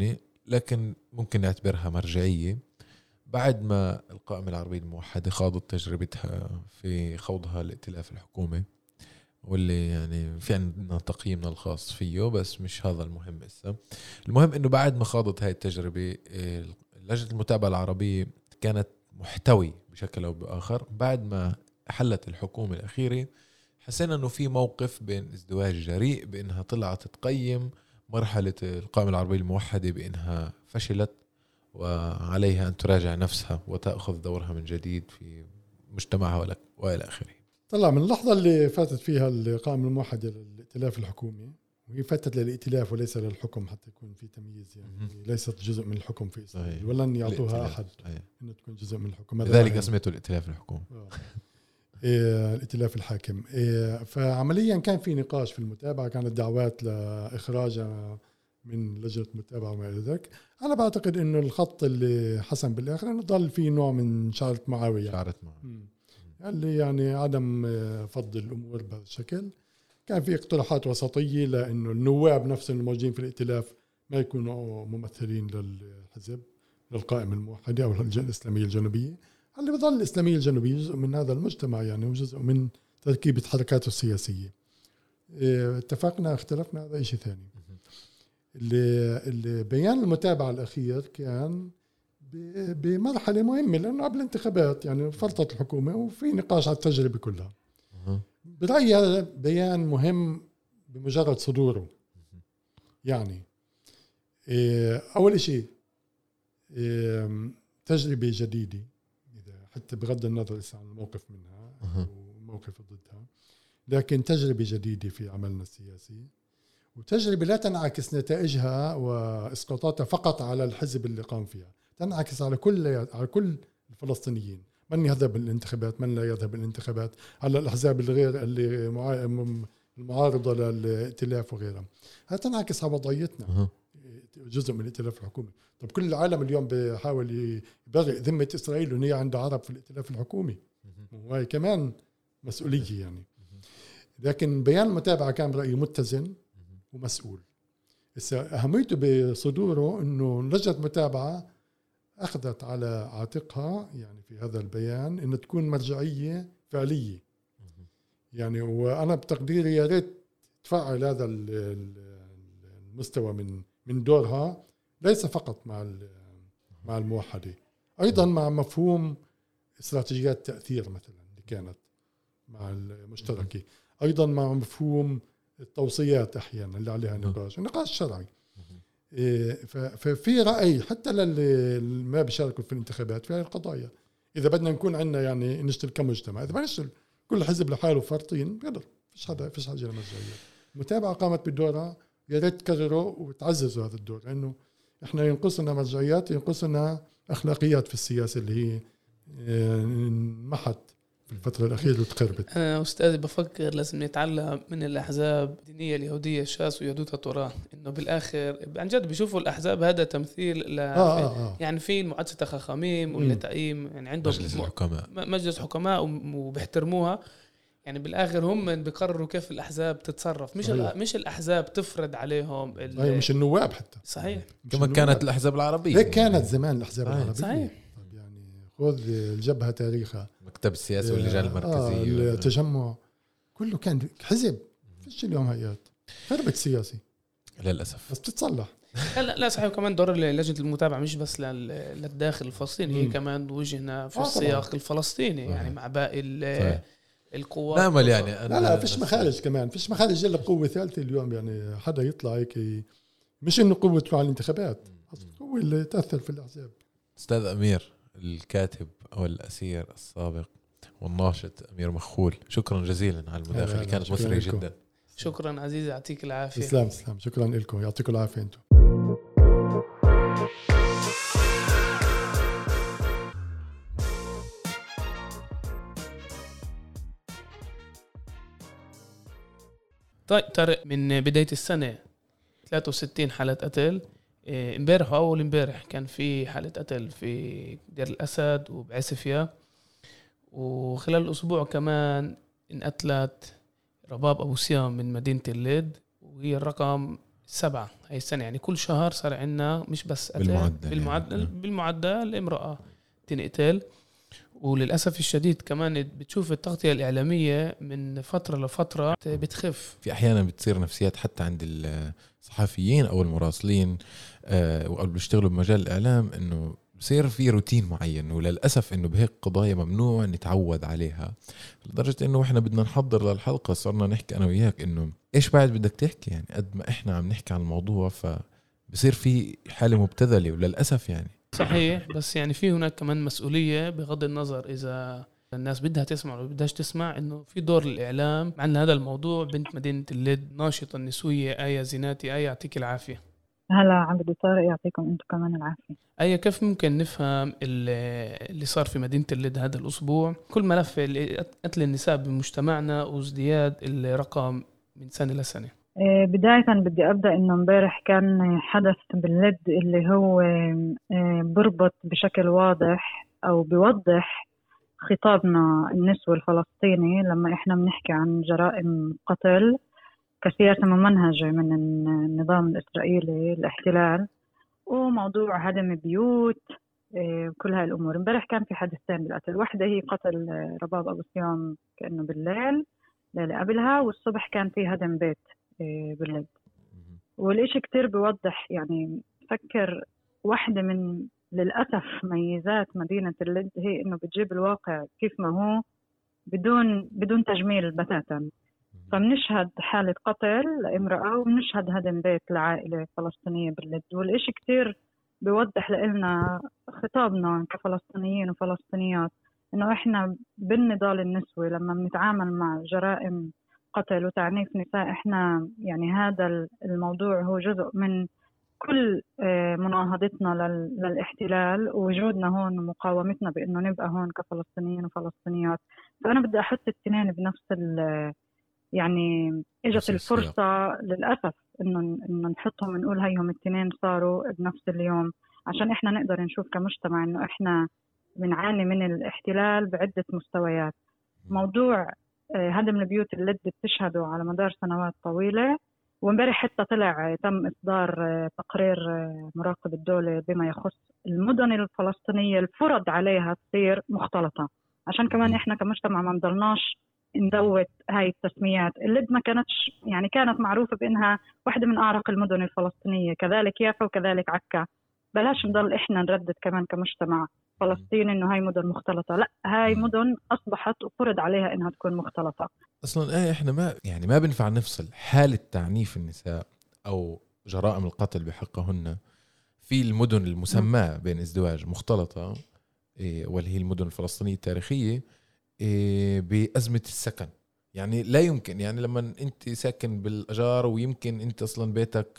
لكن ممكن نعتبرها مرجعية. بعد ما القائمة العربية الموحدة خاضت تجربتها في خوضها الائتلاف الحكومي، واللي يعني في عندنا تقييمنا الخاص فيه، بس مش هذا المهم. إسا المهم إنه بعد ما خاضت هاي التجربة لجنة المتابعة العربية كانت محتوي بشكل أو بآخر. بعد ما حلت الحكومة الأخيرة حسينا إنه في موقف بين ازدواج جريء بإنها طلعت تقيم مرحلة القائمة العربية الموحدة بإنها فشلت وعليها أن تراجع نفسها وتأخذ دورها من جديد في مجتمعها وإلى آخره. طلع من اللحظة اللي فاتت فيها القائمة الموحدة للائتلاف الحكومي، وهي فاتت للائتلاف وليس للحكم حتى يكون في تمييز، يعني ليست جزء من الحكم في إسرائيل ولا أن يعطوها أحد إنه تكون جزء من الحكم. لذلك اسمته الائتلاف الحكومي. إيه الائتلاف الحاكم. إيه فعمليا كان في نقاش في المتابعة، كانت دعوات لإخراجها من لجنة متابعة وما إلى ذلك. أنا بعتقد إنه الخط اللي حسن بالآخر إنه ضل فيه نوع من شعرة معاوية، شعرة معاوية اللي يعني عدم فض الأمور بهذا الشكل. كان في اقتراحات وسطية لأنه النواب نفسهم الموجودين في الائتلاف ما يكونوا ممثلين للحزب للقائمة الموحدة أو اللجنة الإسلامية الجنوبية، اللي بضل الإسلامية الجنوبية جزء من هذا المجتمع يعني وجزء من تركيبة حركاته السياسية. اتفقنا اختلفنا هذا شيء ثاني. اللي بيان المتابعة الأخير كان بمرحلة مهمة لأنه قبل الانتخابات يعني فرطت الحكومة وفي نقاش على التجربة كلها. برأيي هذا بيان مهم بمجرد صدوره. يعني أول شيء تجربة جديدة، إذا حتى بغض النظر عن الموقف منها وموقف ضدها، لكن تجربة جديدة في عملنا السياسي، وتجربة لا تنعكس نتائجها وإسقاطاتها فقط على الحزب اللي قام فيها، تنعكس على كل على كل الفلسطينيين، من يذهب بالانتخابات من لا يذهب بالانتخابات، على الأحزاب الغير اللي المعارضة للائتلاف وغيرها. هذا تنعكس على وضعيتنا جزء من الائتلاف الحكومي. طب كل العالم اليوم بيحاول يبرئ ذمة إسرائيل وهي عندها عرب في الائتلاف الحكومي، وهي كمان مسؤولية يعني. لكن بيان المتابعة كان برأيي متزن ومسؤول. أهميته بصدوره أنه لجنة متابعة أخذت على عاتقها يعني في هذا البيان أن تكون مرجعية فعلية يعني. وأنا بتقديري يا ريت تفعل هذا المستوى من من دورها، ليس فقط مع مع الموحدة، أيضا مع مفهوم استراتيجيات التأثير مثلا اللي كانت مع المشتركة، أيضا مع مفهوم التوصيات أحيانا اللي عليها نقاش نقاش شرعي. ففي رأي حتى للي ما بيشاركوا في الانتخابات في هذه القضايا، إذا بدنا نكون عندنا يعني نشتغل كمجتمع، إذا ما نشتغل كل حزب لحاله فرطين بيقدر، فيش حدا فيش حاجة لمرجعية. المتابعة قامت بدورها، يا ريت تكرروا وتعززوا هذا الدور، لأنه إحنا ينقصنا مرجعيات، ينقصنا أخلاقيات في السياسة اللي هي محت في الفترة الأخيرة وتقربت. أنا أستاذي بفكر لازم نتعلم من الأحزاب الدينية اليهودية شاس ويهودوت التوراة، إنه بالآخر عن جد بيشوفوا الأحزاب هذا تمثيل ل آه آه آه. يعني في مؤسسة خخاميم والنتائم يعني عندهم مجلس الحكماء مجلس حكماء وبيحترموها يعني. بالآخر هم بيقرروا كيف الأحزاب تتصرف، مش مش الأحزاب تفرض عليهم ال... مش النواب حتى. صحيح. كما كانت الأحزاب العربية هيك كانت زمان الأحزاب صحيح. العربية صحيح. يعني خذ الجبهة تاريخها، مكتب السياسي واللجان المركزية آه التجمع كله كان حزب، فيش اليوم هيئات خربت سياسي للأسف، بس تتصلح. لا لا صحيح. وكمان دور لجنة المتابعة مش بس للداخل الفلسطيني، هي كمان وجهنا في آه السياق الفلسطيني يعني مع باقي القوات. نعمل يعني لا لا فيش مخارج كمان، فيش مخارج إلا قوة ثالثة اليوم يعني. حدا يطلع هيك مش إنه قوة مع الانتخابات، قوة اللي تأثر في الأحزاب. أستاذ أمير الكاتب أو الأسير السابق والناشط أمير مخول، شكرا جزيلا على المداخلة، كانت مثرية جدا. شكرا عزيزي، يعطيك العافية. سلام سلام، شكرا لكم، يعطيكم العافية انتم. طيب طارق، من بداية السنة ثلاثة وستين حالة قتل. امبارح وأول امبارح كان في حالة قتل في دير الأسد وبعسفيا، وخلال الأسبوع كمان انقتلت رباب أبو سيام من مدينة الليد، وهي الرقم سبعة هاي السنة، يعني كل شهر صار عنا مش بس قتل بالمعدل بالمعدل, يعني. بالمعدل امرأة تنقتل. وللأسف الشديد كمان بتشوف التغطية الإعلامية من فترة لفترة بتخف. في أحيانا بتصير نفسيات حتى عند الصحفيين أو المراسلين أو بيشتغلوا بمجال الإعلام، إنه بصير في روتين معين، وللأسف إنه بهيك قضايا ممنوع نتعود عليها، لدرجة إنه إحنا بدنا نحضر للحلقة صرنا نحكي أنا وياك إنه إيش بعد بدك تحكي، يعني قد ما إحنا عم نحكي عن الموضوع فبصير في حالة مبتذلة وللأسف يعني. صحيح، بس يعني في هناك كمان مسؤولية بغض النظر إذا الناس بدها تسمع ولا بدهاش تسمع، إنه في دور الإعلام عن هذا الموضوع. بنت مدينة اللد ناشطة نسوية آية زيناتي، آية يعطيك العافية. هلا عبد طارق، يعطيكم أنتم كمان العافية. آية، كيف ممكن نفهم اللي صار في مدينة اللد هذا الأسبوع، كل ملف قتل النساء بمجتمعنا وازدياد الرقم من سنة لسنة؟ بداية بدي أبدأ إنه امبارح كان حدث باللد اللي هو بربط بشكل واضح أو بيوضح خطابنا النسوي الفلسطيني لما إحنا بنحكي عن جرائم قتل كسياسة ممنهجة من النظام الإسرائيلي الاحتلال، وموضوع هدم بيوت وكل هاي الأمور. امبارح كان في حدثين بالقتل، واحدة هي قتل رباب أبو سيام كأنه بالليل ليلة قبلها، والصبح كان في هدم بيت باللد. والإشي كتير بيوضح، يعني فكر واحدة من للأسف ميزات مدينة اللد هي إنه بتجيب الواقع كيف ما هو بدون بدون تجميل بتاتا. فبنشهد حالة قتل لامرأة وبنشهد هدم بيت لعائلة فلسطينية باللد، والإشي كتير بيوضح لنا خطابنا كفلسطينيين وفلسطينيات إنه إحنا بالنضال النسوي لما بنتعامل مع جرائم قتل وتعنيف نساء، إحنا يعني هذا الموضوع هو جزء من كل مناهضتنا للاحتلال ووجودنا هون ومقاومتنا بأنه نبقى هون كفلسطينيين وفلسطينيات. فأنا بدي أحط التنين بنفس ال يعني اجت الفرصة للأسف إنه إنه نحطهم ونقول هيهم التنين صاروا بنفس اليوم، عشان إحنا نقدر نشوف كمجتمع إنه إحنا بنعاني من الاحتلال بعدة مستويات. موضوع هدم البيوت اللي بتشهدوا على مدار سنوات طويلة، وامبارح حتى طلع تم إصدار تقرير مراقب الدولة بما يخص المدن الفلسطينية الفرض عليها تصير مختلطة، عشان كمان إحنا كمجتمع ما نضلناش نزود هاي التسميات. اللد ما كانتش يعني كانت معروفة بأنها واحدة من أعرق المدن الفلسطينية، كذلك يافا وكذلك عكا. بلاش نضل إحنا نردد كمان كمجتمع فلسطيني إنه هاي مدن مختلطة، لا هاي مدن أصبحت وفرض عليها إنها تكون مختلطة. أصلاً إيه إحنا ما يعني ما بنفع نفصل حالة تعنيف النساء أو جرائم القتل بحقهن في المدن المسماة بين ازدواج مختلطة إيه واللي هي المدن الفلسطينية التاريخية إيه بأزمة السكن. يعني لا يمكن، يعني لما انت ساكن بالأجار ويمكن انت اصلا بيتك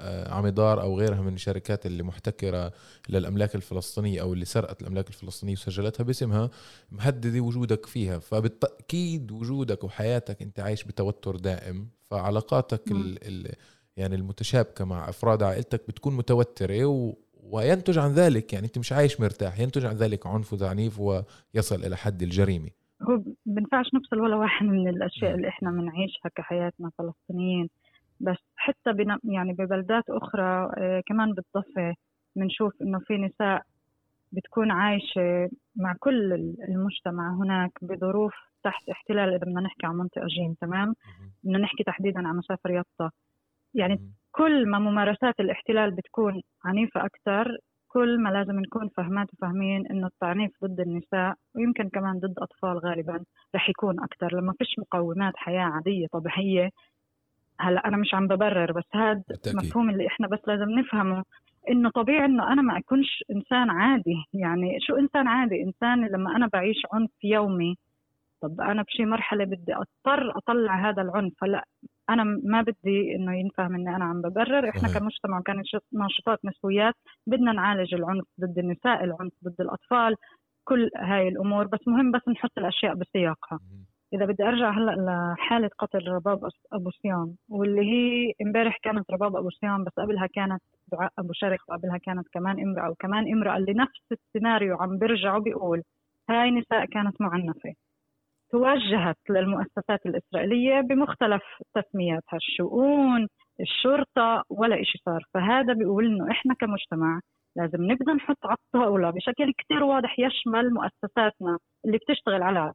عمدار او غيرها من الشركات اللي محتكرة للأملاك الفلسطينية او اللي سرقت الأملاك الفلسطينية وسجلتها باسمها، مهددة وجودك فيها، فبالتأكيد وجودك وحياتك انت عايش بتوتر دائم. فعلاقاتك ال ال يعني المتشابكة مع أفراد عائلتك بتكون متوترة و وينتج عن ذلك يعني انت مش عايش مرتاح، ينتج عن ذلك عنف وتعنيف ويصل إلى حد الجريمة. هو بنفعش نفصل ولا واحد من الأشياء اللي إحنا بنعيشها كحياتنا فلسطينيين، بس حتى بنا يعني ببلدات أخرى كمان بالضفة بنشوف إنه في نساء بتكون عايشة مع كل المجتمع هناك بظروف تحت احتلال. إذا بدنا نحكي عن منطقة جيم، تمام، بدنا نحكي تحديدا عن مسافة يطا، يعني كل ما ممارسات الاحتلال بتكون عنيفة أكثر، كل ما لازم نكون فهمات وفاهمين إنه التعنيف ضد النساء ويمكن كمان ضد أطفال غالبا رح يكون أكتر لما فيش مقومات حياة عادية طبيعية. هلأ أنا مش عم ببرر، بس هذا مفهوم اللي إحنا بس لازم نفهمه، إنه طبيعي إنه أنا ما أكونش إنسان عادي. يعني شو إنسان عادي؟ إنسان لما أنا بعيش عنف يومي، طب أنا بشي مرحلة بدي أضطر أطلع هذا العنف. هلأ أنا ما بدي إنه ينفهم إني أنا عم ببرر. إحنا كمجتمع كانت ناشطات نسويات بدنا نعالج العنف ضد النساء، العنف ضد الأطفال، كل هاي الأمور، بس مهم بس نحط الأشياء بسياقها. إذا بدي أرجع هلأ لحالة قتل رباب أبو سيام، واللي هي امبارح كانت رباب أبو سيام، بس قبلها كانت دعاء أبو شرق، وقبلها كانت كمان امرأة وكمان امرأة اللي نفس السيناريو عم برجعوا بيقول هاي نساء كانت معنفة، توجهت للمؤسسات الإسرائيلية بمختلف تسمياتها، الشؤون، الشرطة ولا إشي صار. فهذا بيقول إنه إحنا كمجتمع لازم نبدأ نحط على الطاولة بشكل كتير واضح يشمل مؤسساتنا اللي بتشتغل على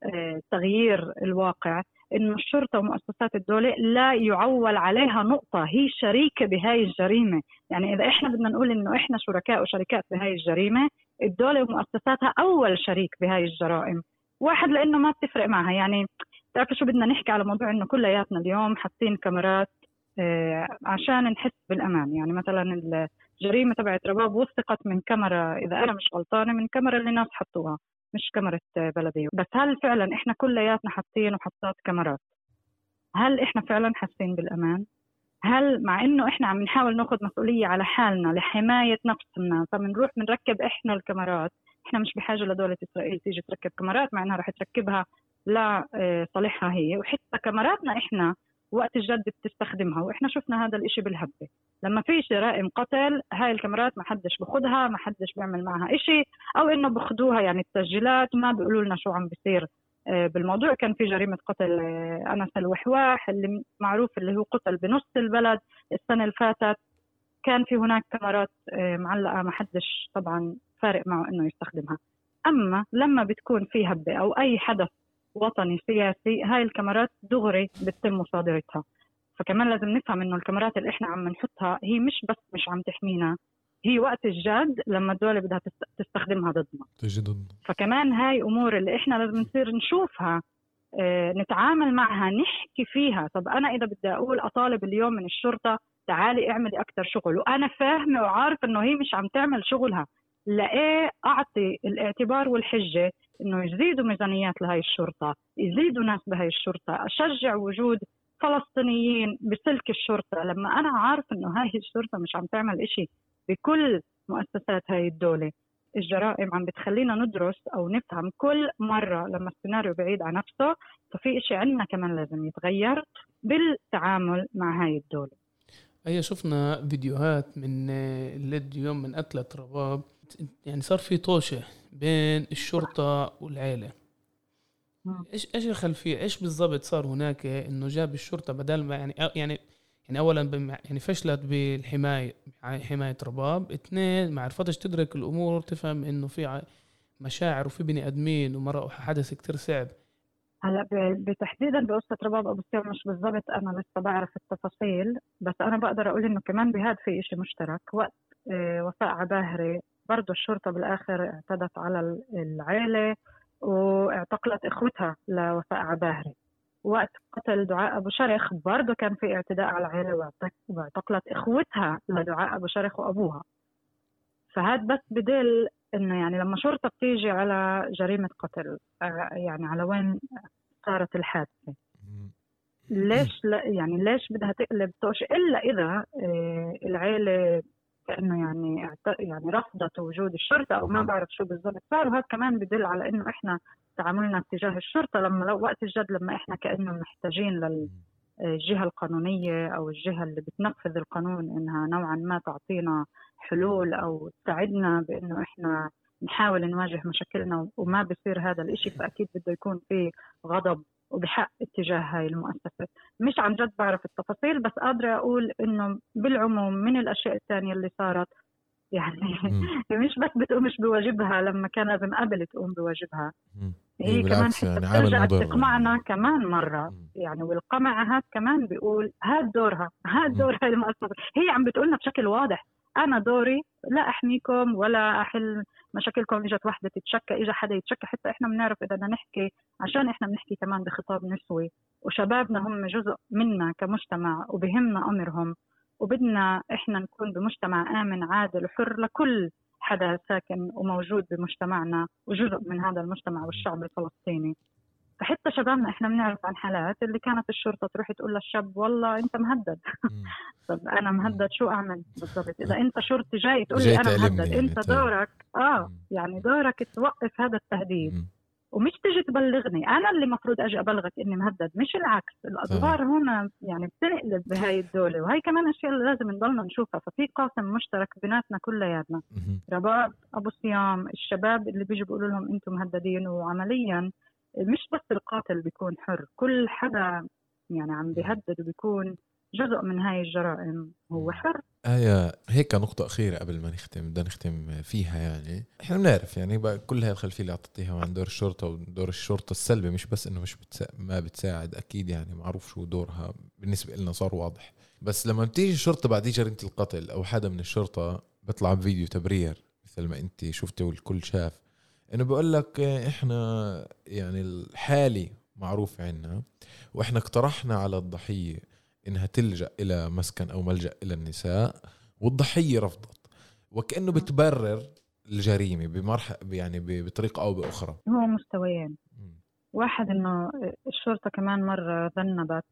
تغيير الواقع، إنه الشرطة ومؤسسات الدولة لا يعول عليها نقطة، هي شريكة بهاي الجريمة. يعني إذا إحنا بدنا نقول إنه إحنا شركاء وشركات بهاي الجريمة، الدولة ومؤسساتها أول شريك بهاي الجرائم. واحد لأنه ما بتفرق معها. يعني تعرف شو بدنا نحكي على موضوع إنه كلياتنا اليوم حاطين كاميرات آه عشان نحس بالأمان. يعني مثلا الجريمة تبعت رباب وثقت من كاميرا، إذا أنا مش غلطانة، من كاميرا اللي ناس حطوها، مش كاميرا بلدية. بس هل فعلا إحنا كلياتنا حاطين وحطات كاميرات؟ هل إحنا فعلا حاسين بالأمان؟ هل مع إنه إحنا عم نحاول ناخد مسؤولية على حالنا لحماية نفسنا فمنروح منركب إحنا الكاميرات؟ إحنا مش بحاجة لدولة إسرائيل تيجي تركب كاميرات، مع إنها رح تركبها لصالحها هي. وحتى كاميراتنا إحنا وقت الجد بتستخدمها، وإحنا شفنا هذا الإشي بالهبة. لما في جرائم قتل هاي الكاميرات ما حدش بخدها، ما حدش بيعمل معها إشي، أو إنه بخدوها يعني التسجيلات ما بيقولوا لنا شو عم بيصير بالموضوع. كان في جريمة قتل أنس الوحواح اللي معروف اللي هو قتل بنص البلد السنة اللي فاتت، كان في هناك كاميرات معلقة ما حدش طبعا فارق معه إنه يستخدمها. أما لما بتكون في هبة أو أي حدث وطني سياسي، هاي الكاميرات دغري بتتم مصادرتها. فكمان لازم نفهم إنه الكاميرات اللي إحنا عم نحطها هي مش بس مش عم تحمينا، هي وقت الجد لما الدولة بدها تستخدمها ضدنا. فكمان هاي أمور اللي إحنا لازم نصير نشوفها، اه نتعامل معها، نحكي فيها. طب أنا إذا بدي أقول أطالب اليوم من الشرطة تعالي اعملي أكتر شغل، وأنا فاهمة وعارف إنه هي مش عم تعمل شغلها، لإيه أعطي الاعتبار والحجة إنه يزيدوا ميزانيات لهاي الشرطة، يزيدوا ناس بهاي الشرطة، أشجع وجود فلسطينيين بسلك الشرطة لما أنا عارف إنه هاي الشرطة مش عم تعمل إشي بكل مؤسسات هاي الدولة. الجرائم عم بتخلينا ندرس أو نفهم كل مرة لما السيناريو بعيد عن نفسه، ففي إشي عندنا كمان لازم يتغير بالتعامل مع هاي الدولة. هي شفنا فيديوهات من اللي يوم من قتلة رباب، يعني صار في طوشة بين الشرطة والعائلة. إيش إيش الخلفية؟ إيش بالضبط صار هناك إنه جاب الشرطة بدل ما يعني يعني يعني أولا يعني فشلت بالحماية حماية رباب، اثنين ما عرفتش تدرك الأمور، تفهم إنه في مشاعر وفي بني أدمين ومرة حدث كتير صعب. هلا بتحديدا بقصة رباب أبو سيام مش بالضبط أنا لسه بعرف التفاصيل، بس أنا بقدر أقول إنه كمان بهذا في إشي مشترك. وقت وفاء عباهري برضو الشرطة بالآخر اعتدت على العائلة واعتقلت إخوتها لوفاء عباهري. وقت قتل دعاء أبو شرخ برضو كان في اعتداء على العائلة واعتقلت إخوتها لدعاء أبو شرخ وأبوها. فهذا بس بدل إنه يعني لما شرطة بتيجي على جريمة قتل يعني على وين صارت الحادثة، ليش لا يعني ليش بدها تقلب طوش إلا إذا العائلة كأنه يعني يعني رفضت وجود الشرطة أو ما بعرف شو بالضبط صار. وهذا كمان بدل على إنه إحنا تعاملنا تجاه الشرطة لما لو وقت الجد لما إحنا كأنه محتاجين للجهة القانونية أو الجهة اللي بتنفذ القانون إنها نوعا ما تعطينا حلول أو تساعدنا بإنه إحنا نحاول نواجه مشاكلنا وما بيصير هذا الإشي، فأكيد بده يكون في غضب وبحق اتجاه هاي المؤسسة. مش عن جد بعرف التفاصيل، بس قادرة أقول إنه بالعموم من الأشياء الثانية اللي صارت يعني مش بس بتقومش بواجبها لما كان لازم قبل تقوم بواجبها، هي إيه كمان حتى يعني بترجع تقمعنا كمان مرة. مم. يعني والقمع هاد كمان بيقول هاد دورها، هاد دور هاي المؤسسة. هي عم بتقولنا بشكل واضح أنا دوري لا أحميكم ولا أحل مشاكلكم. إجت واحدة تتشكى، إجا حدا يتشكى، حتى إحنا بنعرف إذا بدنا نحكي عشان إحنا بنحكي كمان بخطاب نسوي وشبابنا هم جزء منا كمجتمع وبهمنا أمرهم، وبدنا إحنا نكون بمجتمع آمن عادل وحر لكل حدا ساكن وموجود بمجتمعنا وجزء من هذا المجتمع والشعب الفلسطيني. فحتى شبابنا إحنا بنعرف عن حالات اللي كانت الشرطة تروح تقول للشاب والله أنت مهدد. طب أنا مهدد شو أعمل بالضبط؟ إذا أنت شرطي جاي تقول لي أنا مهدد، يعني أنت دورك آه يعني دورك توقف هذا التهديد ومش تجي تبلغني أنا اللي مفروض أجي أبلغك إني مهدد، مش العكس. الأدوار هنا يعني بتنقلب بهاي الدولة، وهي كمان أشياء اللي لازم نضلنا نشوفها. ففي قاسم مشترك بيناتنا كلياتنا، رباب أبو سيام، الشباب اللي بيجوا بيقولوا لهم أنتم مهددين، وعمليا مش بس القاتل بيكون حر، كل حدا يعني عم بيهدد وبيكون جزء من هاي الجرائم هو حر. آية هيك نقطة أخيرة قبل ما نختم بدنا نختم فيها. يعني إحنا بنعرف يعني بقى كل هاي الخلفية اللي أعطيتيها عن دور الشرطة ودور الشرطة السلبي، مش بس إنه مش بتسا... ما بتساعد، أكيد يعني معروف شو دورها بالنسبة لنا صار واضح. بس لما بتيجي الشرطة بعد جريمة القتل أو حدا من الشرطة بيطلع بفيديو تبرير مثل ما أنت شفتي والكل شاف، إنه بقول لك إحنا يعني الحالي معروف عنا وإحنا اقترحنا على الضحية إنها تلجأ إلى مسكن أو ملجأ إلى النساء والضحية رفضت، وكأنه بتبرر الجريمة بمرحلة يعني بطريقة أو بأخرى. هو مستويين. واحد إنه الشرطة كمان مرة ذنبت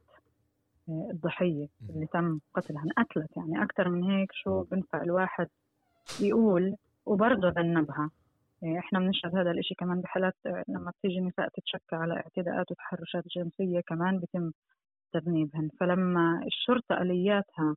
الضحية اللي تم قتلها، انقتلت يعني أكتر من هيك شو بنفع الواحد يقول، وبرضه ذنبها. إحنا بنشهد هذا الإشي كمان بحالات لما بتيجي نساء تتشكى على اعتداءات وتحرشات جنسية كمان بتم تذنيبهن. فلما الشرطة آلياتها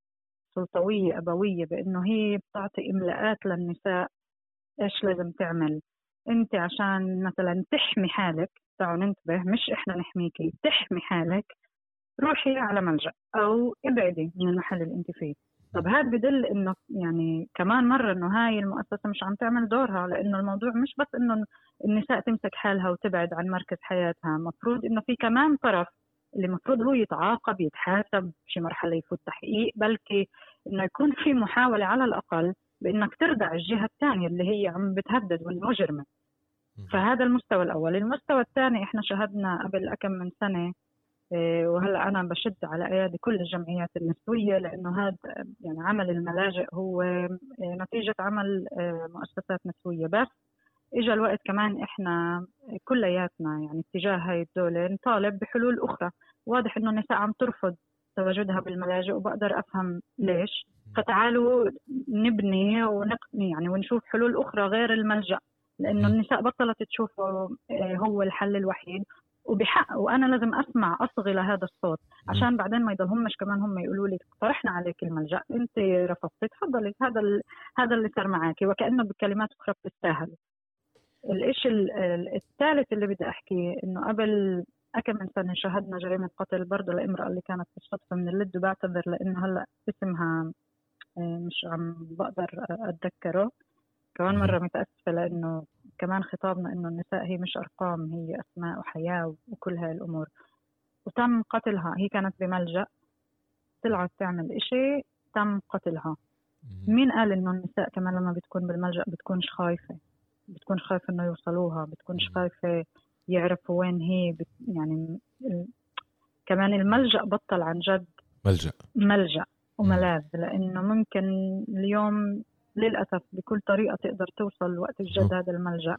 سلطوية أبوية بأنه هي بتعطي إملاءات للنساء إيش لازم تعمل أنت عشان مثلا تحمي حالك، تعالوا ننتبه مش إحنا نحميكي، تحمي حالك روحي على ملجأ أو ابعدي من المحل اللي أنت فيه. طب هذا بدل إنه يعني كمان مرة إنه هاي المؤسسة مش عم تعمل دورها، لأنه الموضوع مش بس إنه النساء تمسك حالها وتبعد عن مركز حياتها، مفروض إنه في كمان طرف اللي مفروض هو يتعاقب يتحاسب في مرحلة يفوت تحقيق، بلكي إنه يكون في محاولة على الأقل بإنك تردع الجهة الثانية اللي هي عم بتهدد والمجرمة. فهذا المستوى الأول. المستوى الثاني إحنا شهدنا قبل كم من سنة، وهلأ أنا بشد على أيادي كل الجمعيات النسوية، لأنه هذا يعني عمل الملاجئ هو نتيجة عمل مؤسسات نسوية، بس إجا الوقت كمان إحنا كلياتنا يعني اتجاه هاي الدولة نطالب بحلول أخرى. واضح إنه النساء عم ترفض تواجدها بالملاجئ وبقدر أفهم ليش، فتعالوا نبني ونقني يعني ونشوف حلول أخرى غير الملجأ، لأنه النساء بطلت تشوفه هو الحل الوحيد وبحق، وأنا لازم أسمع أصغي لهذا الصوت عشان بعدين ما يضلهمش كمان هم يقولوا لي اقترحنا عليك الملجأ أنت رفضتي، تفضلي هذا هذا اللي صار معاكي، وكأنه بكلمات أخرى بتستاهل. الإشي الثالث اللي بدي أحكيه إنه قبل أكم من سنة شهدنا جريمة قتل برضه لامرأة اللي كانت بالصدفة من اللد، وبعتذر لأنه هلأ اسمها مش عم بقدر أتذكره. كمان مرة متأسفة لأنه كمان خطابنا إنه النساء هي مش أرقام، هي أسماء وحياة وكل هاي الأمور. وتم قتلها، هي كانت بملجأ طلعت تعمل إشي تم قتلها. مين قال إنه النساء كمان لما بتكون بالملجأ بتكونش خايفة، بتكونش خايفة إنه يوصلوها، بتكونش خايفة يعرفوا وين هي بت... يعني كمان الملجأ بطل عن جد ملجأ ملجأ وملاذ، لأنه ممكن اليوم للأسف بكل طريقة تقدر توصل وقت الجد هذا الملجأ،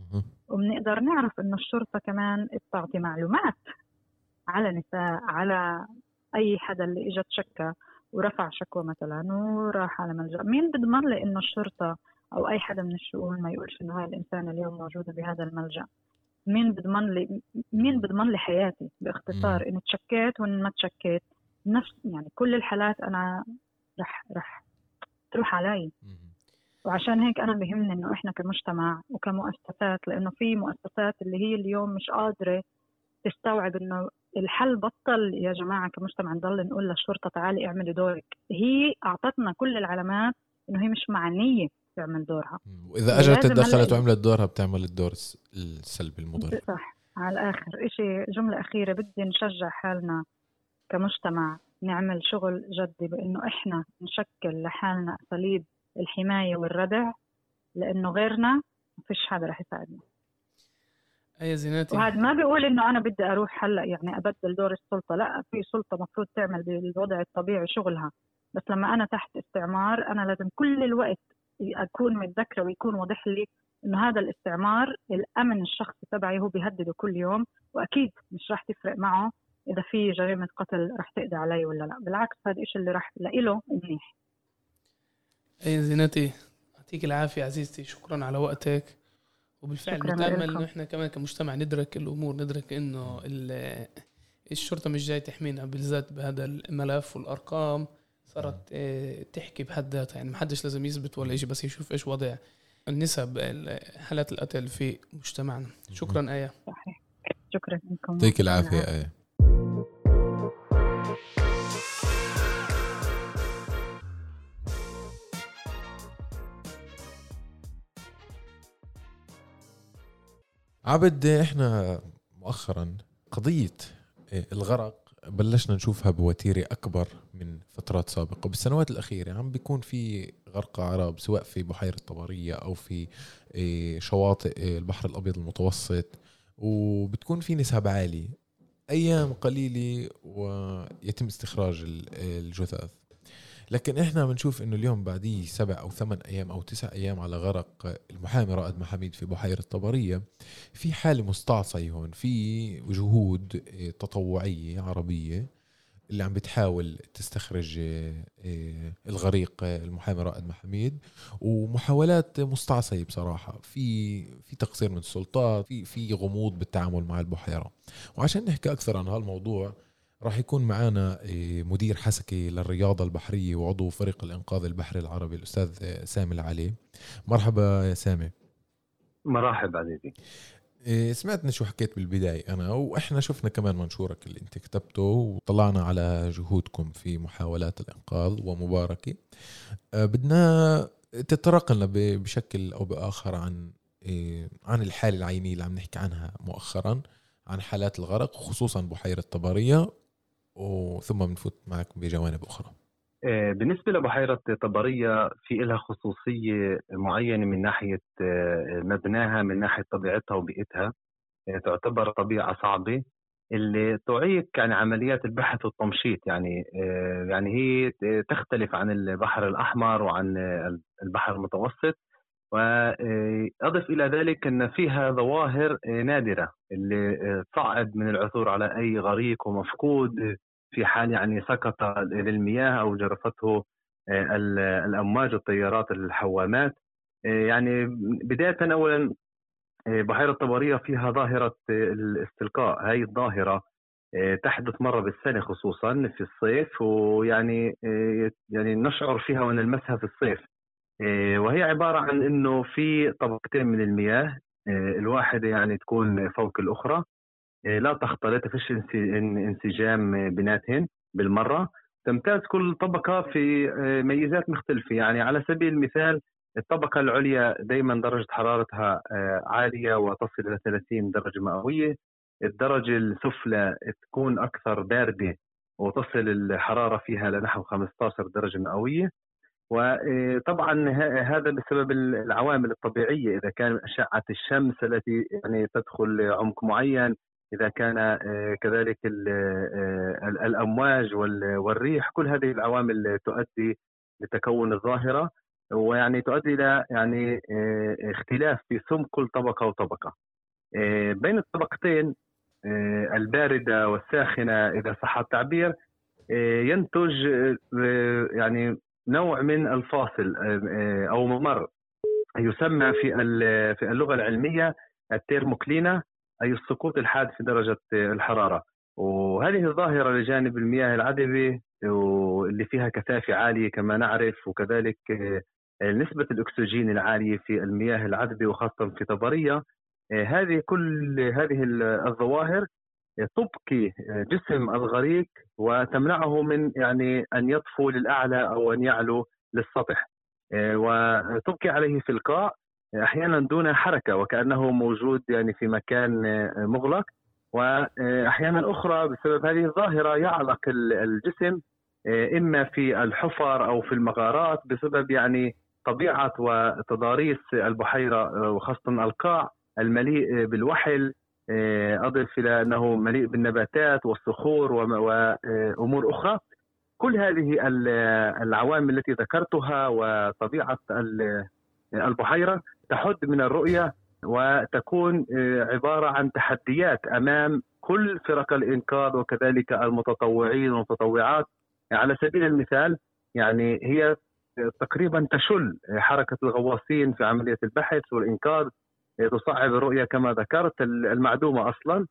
وبنقدر نعرف إنه الشرطة كمان بتعطي معلومات على نساء، على أي حدا اللي إجت شكة ورفع شكوى مثلا وراح على ملجأ. مين بضمن لي إنه الشرطة أو أي حدا من الشؤون ما يقولش إنه هاي الإنسان اليوم موجودة بهذا الملجأ؟ مين بضمن لي مين بضمن لي حياتي باختصار إن تشكيت وإن ما تشكيت؟ نفس يعني كل الحالات أنا رح رح تروح علي. وعشان هيك أنا بهمني إنه إحنا كمجتمع وكمؤسسات، لأنه في مؤسسات اللي هي اليوم مش قادرة تستوعب إنه الحل بطل يا جماعة كمجتمع نضل نقول للشرطة تعالي اعملي دورك. هي أعطتنا كل العلامات إنه هي مش معنية تعمل دورها، وإذا أجت تدخلت وعملت دورها بتعمل الدور السلبي المضر. صح. على الآخر إشي جملة أخيرة بدي نشجع حالنا كمجتمع نعمل شغل جدي بإنه إحنا نشكل لحالنا أساليب الحماية والردع، لأنه غيرنا ما فيش حدا رح يساعدنا. أي زيناتي. وهذا ما بيقول إنه أنا بدي أروح هلأ يعني أبدل دور السلطة، لا، في سلطة مفروض تعمل بالوضع الطبيعي شغلها، بس لما أنا تحت استعمار أنا لازم كل الوقت أكون متذكرة ويكون واضح لي إنه هذا الاستعمار الأمن الشخصي تبعي هو بيهدده كل يوم، وأكيد مش رح تفرق معه إذا في جريمة قتل رح تقضي علي ولا لا، بالعكس هذا إيش اللي رح لإله منيح. أي زينتي، يعطيك العافية عزيزتي، شكرا على وقتك. وبالفعل نتأمل إنه إحنا كمان كمجتمع ندرك الأمور، ندرك إنه الشرطة مش جاي تحمينا بالذات بهذا الملف، والأرقام صارت تحكي بحد ذاتها، يعني محدش لازم يثبت ولا يجي بس يشوف إيش وضع النسب حالات القتل في مجتمعنا. شكرا آية. صحيح. شكرا لكم. يعطيك العافية آية. عبد، احنا مؤخرا قضية الغرق بلشنا نشوفها بوتيرة أكبر من فترات سابقة. بالسنوات الأخيرة عم بيكون في غرق أعراب سواء في بحيرة طبرية أو في شواطئ البحر الأبيض المتوسط، وبتكون في نسب عالية أيام قليلة ويتم استخراج الجثث. لكن إحنا بنشوف إنه اليوم بعديه سبع أو ثمان أيام أو تسع أيام على غرق المحامي رائد محاميد في بحيرة طبرية، في حالة مستعصية هون، في جهود تطوعية عربية اللي عم بتحاول تستخرج الغريق المحامي رائد محاميد، ومحاولات مستعصية بصراحة، في في تقصير من السلطات، في في غموض بالتعامل مع البحيرة. وعشان نحكي أكثر عن هالموضوع راح يكون معنا مدير حسكي للرياضة البحرية وعضو فريق الإنقاذ البحري العربي الأستاذ سامي العلي. مرحبا يا سامي. مرحبا عزيزي. سمعتنا شو حكيت بالبداية أنا، وإحنا شفنا كمان منشورك اللي أنت كتبته، وطلعنا على جهودكم في محاولات الإنقاذ ومباركة. بدنا تتطرق لنا بشكل أو بآخر عن عن الحالة العينية اللي عم نحكي عنها مؤخرا، عن حالات الغرق خصوصا بحيرة طبرية، وثم بنفوت معك بجوانب أخرى. بالنسبة لبحيرة طبرية في لها خصوصية معينة من ناحية مبناها، من ناحية طبيعتها وبيئتها. تعتبر طبيعة صعبة اللي تعيق يعني عمليات البحث والتمشيط، يعني يعني هي تختلف عن البحر الأحمر وعن البحر المتوسط. وأضف إلى ذلك أن فيها ظواهر نادرة اللي تصعب من العثور على أي غريق ومفقود في حال يعني سقط للمياه أو جرفته الأمواج والتيارات الحوامات. يعني بداية أولا بحيرة طبرية فيها ظاهرة الاستلقاء. هاي الظاهرة تحدث مرة بالسنة خصوصا في الصيف، ويعني يعني نشعر فيها ونلمسها في الصيف. وهي عبارة عن أنه في طبقتين من المياه، الواحدة يعني تكون فوق الأخرى، لا تختلط، فيش انسجام بيناتهن بالمرة. تمتاز كل طبقة في ميزات مختلفة. يعني على سبيل المثال الطبقة العليا دايما درجة حرارتها عالية وتصل إلى ثلاثين درجة مئوية. الدرجة السفلى تكون أكثر باردة وتصل الحرارة فيها لنحو خمسة عشر درجة مئوية. وطبعا هذا بسبب العوامل الطبيعية، إذا كان أشعة الشمس التي يعني تدخل عمق معين، إذا كان كذلك الأمواج والريح، كل هذه العوامل تؤدي لتكون الظاهرة، ويعني تؤدي إلى يعني اختلاف في سمك كل طبقة وطبقة. بين الطبقتين الباردة والساخنة إذا صح التعبير ينتج يعني نوع من الفاصل أو ممر يسمى في في اللغة العلمية التيرموكلينا، أي السقوط الحاد في درجة الحرارة. وهذه الظاهرة لجانب المياه العذبة واللي فيها كثافة عالية كما نعرف، وكذلك نسبة الأكسجين العالية في المياه العذبة وخاصة في طبرية، هذه كل هذه الظواهر تبقي جسم الغريق وتمنعه من يعني أن يطفو للأعلى أو أن يعلو للسطح، وتبقي عليه في القاع أحيانا دون حركة وكأنه موجود يعني في مكان مغلق. وأحيانا أخرى بسبب هذه الظاهرة يعلق الجسم إما في الحفر أو في المغارات بسبب يعني طبيعة وتضاريس البحيرة وخاصة القاع المليء بالوحل، أضف إلى أنه مليء بالنباتات والصخور وأمور أخرى. كل هذه العوامل التي ذكرتها وطبيعة البحيرة تحد من الرؤية وتكون عبارة عن تحديات أمام كل فرق الإنقاذ وكذلك المتطوعين والمتطوعات. على سبيل المثال يعني هي تقريبا تشل حركة الغواصين في عملية البحث والإنقاذ، تصعب الرؤية كما ذكرت المعدومة أصلا،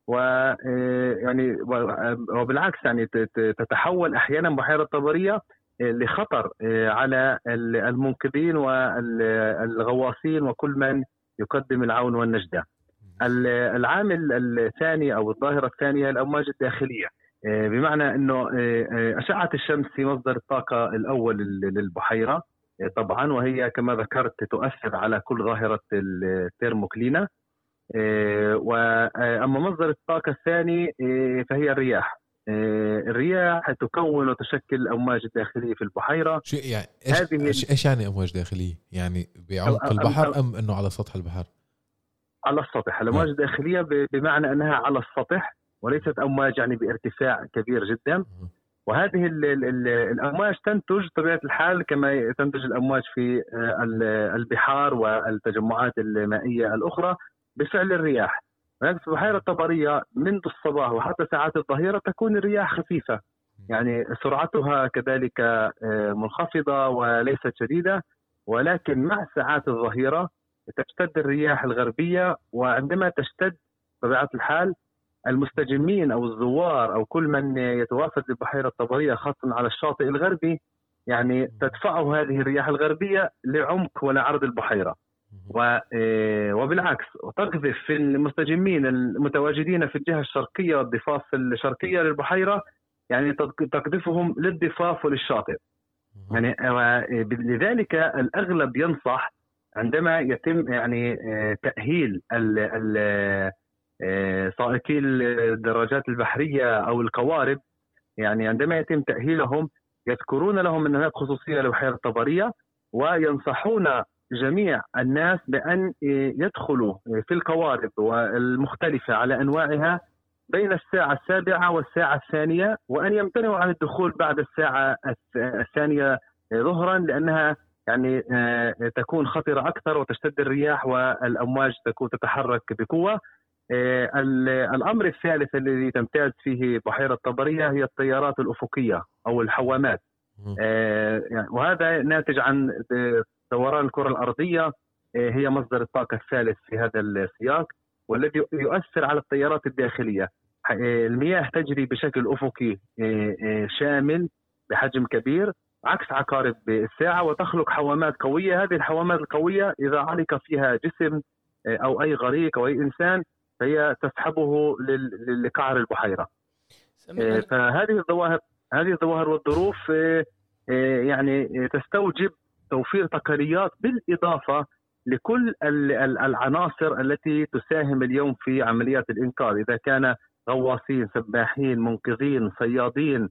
ويعني وبالعكس يعني تتحول أحيانا بحيرة طبرية لخطر على المنقذين والغواصين وكل من يقدم العون والنجدة. العامل الثاني أو الظاهرة الثانية الأمواج الداخلية، بمعنى أنه أشعة الشمس في مصدر الطاقة الأول للبحيرة طبعا، وهي كما ذكرت تؤثر على كل ظاهرة التيرموكلينا. وأما مصدر الطاقة الثاني فهي الرياح. الرياح تكون وتشكل أمواج داخلية في البحيرة. شو يعني إيش إيش يعني أمواج داخلية؟ يعني بعمق البحر أم إنه على سطح البحر؟ على السطح. الأمواج الداخلية بمعنى أنها على السطح وليست أمواج يعني بارتفاع كبير جدا. وهذه ال ال الأمواج تنتج طبيعة الحال كما تنتج الأمواج في البحار والتجمعات المائية الأخرى بفعل الرياح. في بحيرة طبرية منذ الصباح وحتى ساعات الظهيرة تكون الرياح خفيفة، يعني سرعتها كذلك منخفضة وليست شديدة، ولكن مع ساعات الظهيرة تشتد الرياح الغربية. وعندما تشتد طبيعة الحال المستجمين أو الزوار أو كل من يتوافد للبحيرة الطبرية خاصة على الشاطئ الغربي يعني تدفعه هذه الرياح الغربية لعمق ولعرض البحيرة، وبالعكس وتقذف في المستجمين المتواجدين في الجهة الشرقية والضفاف الشرقية للبحيرة، يعني تقذفهم للضفاف وللشاطئ. يعني لذلك الأغلب ينصح عندما يتم يعني تأهيل سائقي الدراجات البحرية أو القوارب، يعني عندما يتم تأهيلهم يذكرون لهم أن هناك خصوصية لبحيرة الطبرية، وينصحون جميع الناس بأن يدخلوا في القوارب المختلفة على أنواعها بين الساعة السابعة والساعة الثانية، وأن يمتنعوا عن الدخول بعد الساعة الثانية ظهرا، لأنها يعني تكون خطرة أكثر وتشتد الرياح والأمواج تكون تتحرك بقوة. الأمر الثالث الذي تمتاز فيه بحيرة طبرية هي التيارات الأفقية أو الحوامات، وهذا ناتج عن دوران الكرة الأرضية، هي مصدر الطاقة الثالث في هذا السياق والذي يؤثر على التيارات الداخلية. المياه تجري بشكل أفقي شامل بحجم كبير عكس عقارب الساعة، وتخلق حوامات قوية. هذه الحوامات القوية إذا علق فيها جسم أو أي غريق أو أي إنسان فهي تسحبه لقعر البحيرة. فهذه الظواهر هذه الظواهر والظروف يعني تستوجب توفير تقنيات بالإضافة لكل العناصر التي تساهم اليوم في عمليات الإنقاذ، إذا كان غواصين، سباحين، منقذين، صيادين،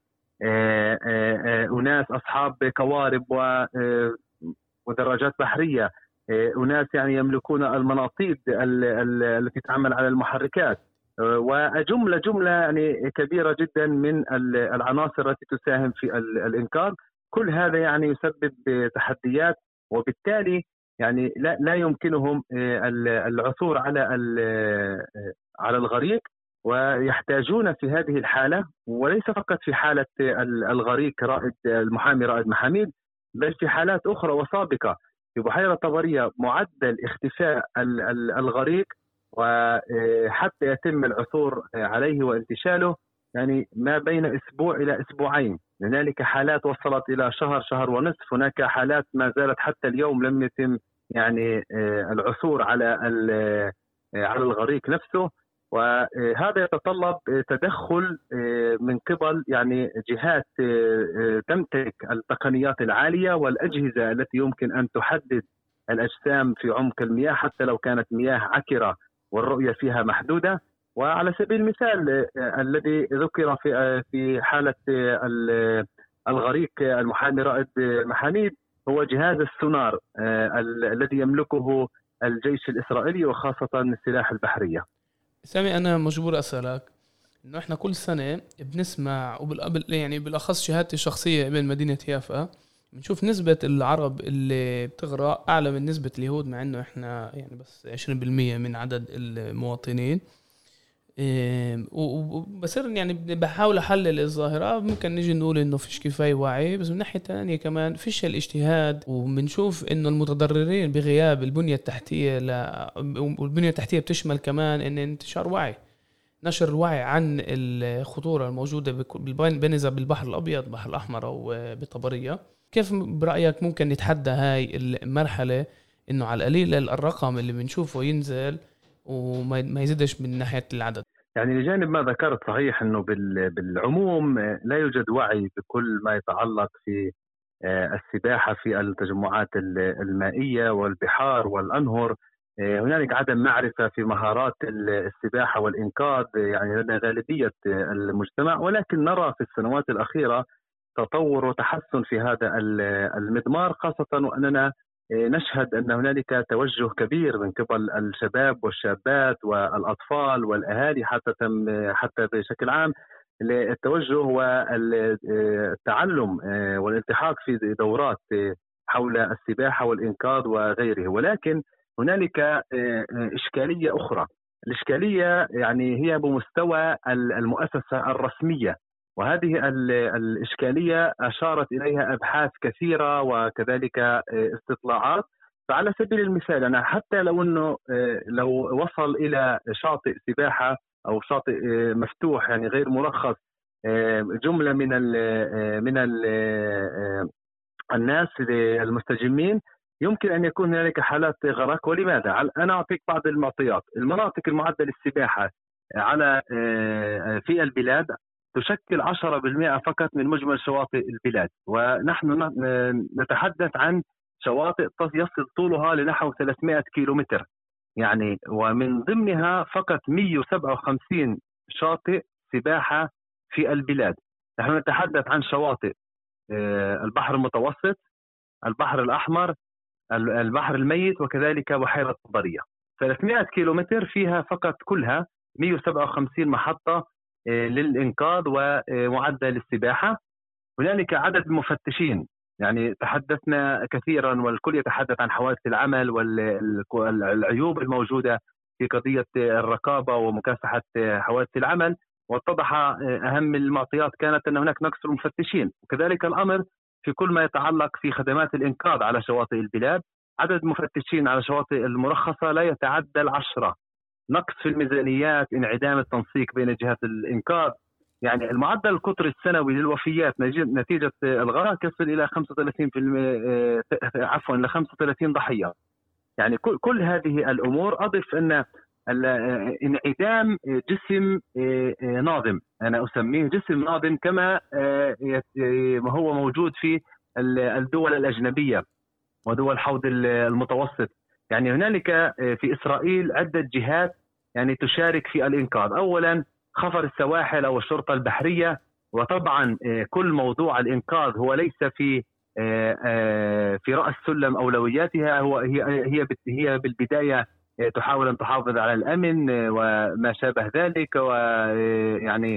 أناس أصحاب قوارب ودراجات بحرية، أناس يعني يملكون المناطيد التي تعمل على المحركات، وجملة جملة يعني كبيرة جدا من العناصر التي تساهم في الإنقاذ. كل هذا يعني يسبب تحديات، وبالتالي يعني لا لا يمكنهم العثور على على الغريق، ويحتاجون في هذه الحالة، وليس فقط في حالة الغريق رائد المحامي رائد محاميد، بل في حالات أخرى وسابقة في بحيرة طبرية معدل اختفاء الغريق وحتى يتم العثور عليه وانتشاله يعني ما بين أسبوع إلى أسبوعين. هنالك حالات وصلت إلى شهر شهر ونصف، هناك حالات ما زالت حتى اليوم لم يتم يعني العثور على على الغريق نفسه. وهذا يتطلب تدخل من قبل يعني جهات تمتلك التقنيات العالية والأجهزة التي يمكن أن تحدد الأجسام في عمق المياه حتى لو كانت مياه عكرة والرؤية فيها محدودة. وعلى سبيل المثال الذي ذكر في في حالة الغريق المحامي رائد محاميد هو جهاز السونار الذي يملكه الجيش الإسرائيلي وخاصة السلاح البحرية. سامي، أنا مجبور أسألك إنه إحنا كل سنة بنسمع وبالقبل يعني بالأخص شهادتي الشخصية من مدينة يافا بنشوف نسبة العرب اللي بتغرق أعلى من نسبة اليهود، مع إنه إحنا يعني بس عشرين بالمية من عدد المواطنين. وبصير يعني بحاول أحلل الظاهرة، ممكن نجي نقول إنه فيش كفاية وعي، بس من ناحية تانية كمان فيش الاجتهاد، وبنشوف إنه المتضررين بغياب البنية التحتية ل... والبنية التحتية بتشمل كمان إن انتشار وعي، نشر الوعي عن الخطورة الموجودة بنزا بالبحر الأبيض، البحر الأحمر أو بطبرية. كيف برأيك ممكن نتحدى هاي المرحلة إنه على القليل الرقم اللي بنشوفه ينزل وما يزيدش من ناحية العدد؟ يعني لجانب ما ذكرت صحيح أنه بالعموم لا يوجد وعي بكل ما يتعلق في السباحة في التجمعات المائية والبحار والأنهر هنالك عدم معرفة في مهارات السباحة والإنقاذ يعني لدى غالبية المجتمع، ولكن نرى في السنوات الأخيرة تطور وتحسن في هذا المضمار، خاصة وأننا نشهد أن هنالك توجه كبير من قبل الشباب والشابات والأطفال والأهالي حتى حتى بشكل عام التوجه والتعلم والالتحاق في دورات حول السباحة والإنقاذ وغيره. ولكن هنالك إشكالية أخرى، الإشكالية يعني هي بمستوى المؤسسة الرسمية، وهذه الإشكالية أشارت إليها أبحاث كثيرة وكذلك استطلاعات. فعلى سبيل المثال أنا حتى لو أنه لو وصل إلى شاطئ سباحة أو شاطئ مفتوح يعني غير مرخص جملة من ال من ال الناس المستجمين، يمكن أن يكون هنالك حالات غرق. ولماذا؟ أنا أعطيك بعض المعطيات. المناطق المعدة للسباحة على في البلاد تشكل عشرة بالمئة فقط من مجمل شواطئ البلاد، ونحن نتحدث عن شواطئ يصل طولها لنحو ثلاثمئة كيلومتر يعني، ومن ضمنها فقط مئة وسبعة وخمسين شاطئ سباحة في البلاد. نحن نتحدث عن شواطئ البحر المتوسط، البحر الأحمر، البحر الميت، وكذلك بحيرة طبرية. ثلاثمئة كيلومتر فيها فقط كلها مئة وسبعة وخمسين محطة للإنقاذ ومعدة للسباحة. هنالك عدد مفتشين، يعني تحدثنا كثيرا والكل يتحدث عن حوادث العمل والعيوب الموجودة في قضية الرقابة ومكافحة حوادث العمل، واتضح أهم المعطيات كانت أن هناك نقص المفتشين. وكذلك الأمر في كل ما يتعلق في خدمات الإنقاذ على شواطئ البلاد، عدد مفتشين على شواطئ المرخصة لا يتعدى العشرة. نقص في الميزانيات، انعدام التنسيق بين جهات الإنقاذ، يعني المعدل القطري السنوي للوفيات نتيجة الغرق يصل إلى خمسة وثلاثين بالمئة عفوا ل خمسة وثلاثين ضحية. يعني كل كل هذه الأمور، أضف أن انعدام جسم ناظم، أنا أسميه جسم ناظم كما هو موجود في الدول الأجنبية ودول حوض المتوسط. يعني هنالك في إسرائيل عدة جهات يعني تشارك في الإنقاذ. أولا خفر السواحل أو الشرطة البحرية، وطبعا كل موضوع الإنقاذ هو ليس في في رأس سلم أولوياتها، هو هي هي هي بالبداية تحاول أن تحافظ على الأمن وما شابه ذلك، ويعني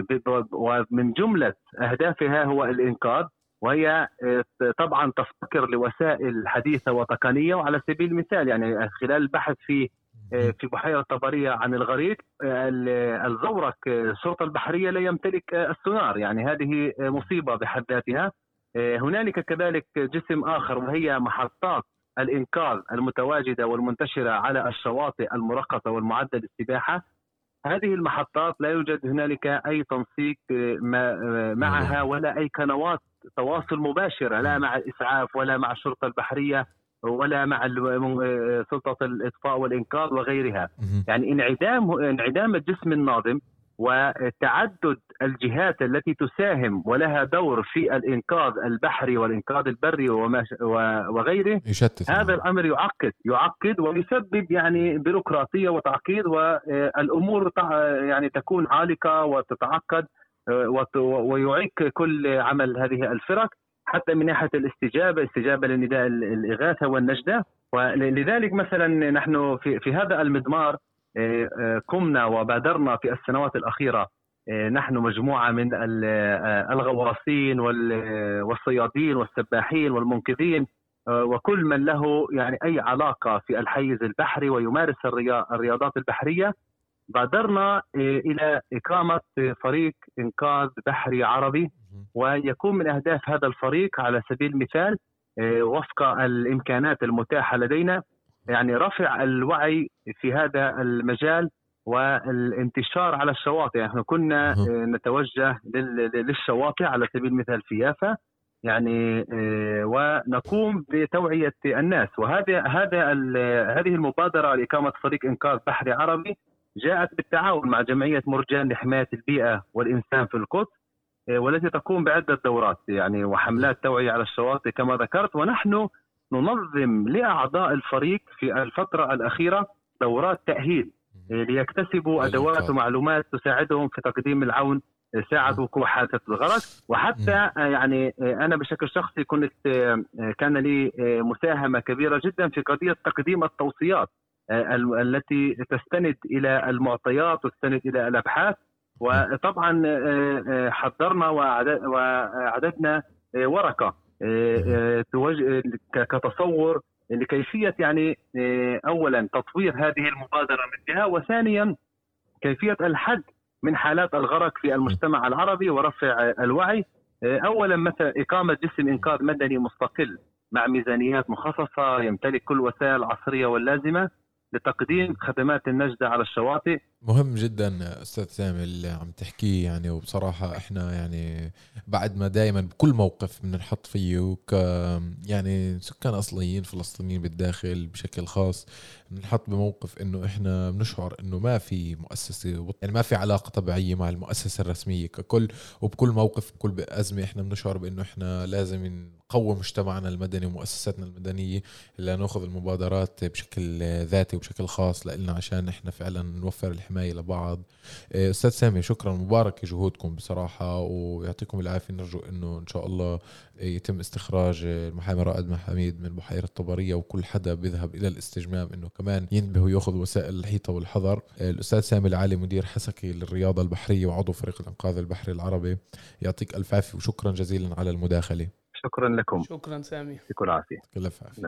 ومن جملة أهدافها هو الإنقاذ، وهي طبعا تفتكر لوسائل حديثة وتقنية. وعلى سبيل المثال يعني خلال البحث في في بحيرة طبرية عن الغريق، الزورق الشرطة البحرية لا يمتلك السونار، يعني هذه مصيبة بحد ذاتها. هنالك كذلك جسم آخر وهي محطات الإنقاذ المتواجدة والمنتشرة على الشواطئ المرخصة والمعدة للسباحة. هذه المحطات لا يوجد هنالك أي تنسيق معها ولا أي قنوات تواصل مباشر، لا مع الإسعاف ولا مع الشرطة البحرية ولا مع سلطة الإطفاء والإنقاذ وغيرها. يعني انعدام انعدام الجسم الناظم وتعدد الجهات التي تساهم ولها دور في الإنقاذ البحري والإنقاذ البري وما وغيره، هذا الأمر يعقد يعقد ويسبب يعني بيروقراطية وتعقيد، والأمور يعني تكون عالقة وتتعقد ويعيق كل عمل هذه الفرق حتى من ناحية الاستجابة استجابة لنداء الإغاثة والنجدة. ولذلك مثلا نحن في, في هذا المضمار قمنا وبادرنا في السنوات الأخيرة نحن مجموعة من الغواصين والصيادين والسباحين والمنقذين وكل من له يعني أي علاقة في الحيز البحري ويمارس الرياضات البحرية. بادرنا إلى إقامة فريق إنقاذ بحري عربي، ويكون من أهداف هذا الفريق على سبيل المثال وفق الإمكانات المتاحة لدينا يعني رفع الوعي في هذا المجال والانتشار على الشواطئ. احنا كنا نتوجه للشواطئ على سبيل المثال في يافا يعني ونقوم بتوعية الناس. وهذا هذا هذه المبادرة لإقامة فريق إنقاذ بحري عربي جاءت بالتعاون مع جمعية مرجان لحماية البيئة والإنسان في القدس، والتي تقوم بعدة دورات يعني وحملات توعية على الشواطئ كما ذكرت. ونحن ننظم لأعضاء الفريق في الفترة الأخيرة دورات تأهيل ليكتسبوا أدوات ومعلومات تساعدهم في تقديم العون ساعة وقوع حادثة الغرق. وحتى يعني أنا بشكل شخصي كنت كان لي مساهمة كبيرة جدا في قضية تقديم التوصيات التي تستند إلى المعطيات وتستند إلى الأبحاث. وطبعا حضرنا وعددنا ورقة كتصور لكيفية يعني أولا تطوير هذه المبادرة مثلها، وثانيا كيفية الحد من حالات الغرق في المجتمع العربي ورفع الوعي. أولا مثلا إقامة جسم إنقاذ مدني مستقل مع ميزانيات مخصصة يمتلك كل وسائل العصرية واللازمة لتقديم خدمات النجدة على الشواطئ. مهم جدا أستاذ سامي اللي عم تحكيه يعني، وبصراحة إحنا يعني بعد ما دايما بكل موقف بنحط فيه ك يعني سكان أصليين فلسطينيين بالداخل بشكل خاص بنحط بموقف إنه إحنا بنشعر إنه ما في مؤسسة يعني ما في علاقة طبيعية مع المؤسسة الرسمية ككل، وبكل موقف بكل أزمة إحنا بنشعر بإنه إحنا لازم نقوي مجتمعنا المدني ومؤسساتنا المدنية اللي نأخذ المبادرات بشكل ذاتي وبشكل خاص لإلنا عشان إحنا فعلا نوفر الحماية لبعض. أستاذ سامي شكرا، مبارك جهودكم بصراحة ويعطيكم العافية. نرجو إنه إن شاء الله يتم استخراج المحامي رائد محميد من بحيرة طبرية، وكل حدا بيذهب إلى الاستجمام إنه كمان ينبه ويأخذ وسائل الحيطة والحذر. الأستاذ سامي العالي مدير حسكي للرياضة البحرية وعضو فريق الإنقاذ البحري العربي، يعطيك ألف عافية وشكرا جزيلا على المداخلة. شكرا لكم. شكرا سامي، يكون عافية. كل ألف عافية.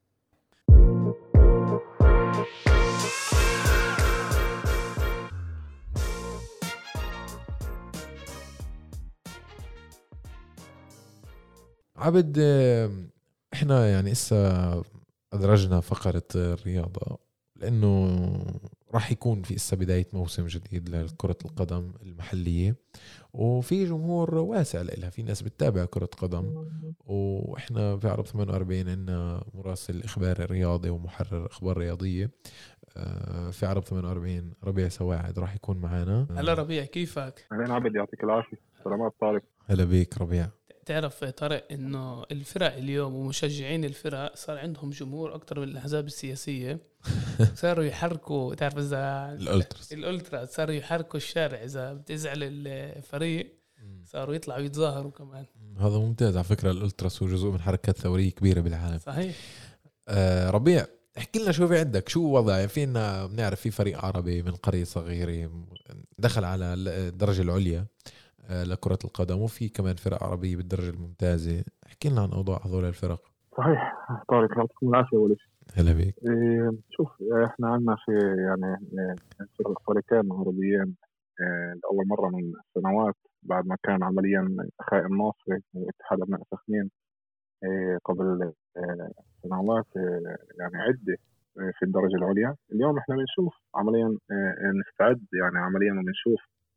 عبد، احنا يعني اسا ادرجنا فقرة الرياضة لانه راح يكون في اسا بداية موسم جديد لكرة القدم المحلية، وفي جمهور واسع لها، في ناس بتتابع كرة قدم، واحنا في عرب ثمانية وأربعين عندنا مراسل اخبار رياضي ومحرر اخبار رياضية في عرب ثمانية وأربعين. ربيع سواعد راح يكون معنا. هلا ربيع، كيفك؟ اهلا عبد، يعطيك العافية. سلامات طارق. هلا بيك ربيع. تعرف طارق انه الفرق اليوم ومشجعين الفرق صار عندهم جمهور اكتر من الاحزاب السياسيه. صاروا يحركوا، تعرف اذا الالتراس الالتراس صاروا يحركوا الشارع اذا بتزعل الفريق، صاروا يطلعوا يتظاهروا كمان. هذا ممتاز على فكره. الالتراس هو جزء من حركات ثوريه كبيره بالعالم. صحيح. آه ربيع، احكي لنا شو في عندك، شو وضع فينا؟ بنعرف في فريق عربي من قريه صغيره دخل على الدرجه العليا لكرة القدم، وفي كمان فرق عربية بالدرجة الممتازة. احكي لنا عن أوضاع هذول الفرق. صحيح طارق، يعطيكم العافية. أول شيء هلا بيك. إيه شوف، احنا عندنا في يعني فرق فريقين عربيين إيه لأول مرة من سنوات، بعد ما كان عمليا أخاء الناصري واتحاد أبناء سخنين إيه قبل إيه سنوات إيه يعني عدة إيه في الدرجة العليا. اليوم احنا بنشوف عمليا إيه نستعد يعني عمليا وبنشوف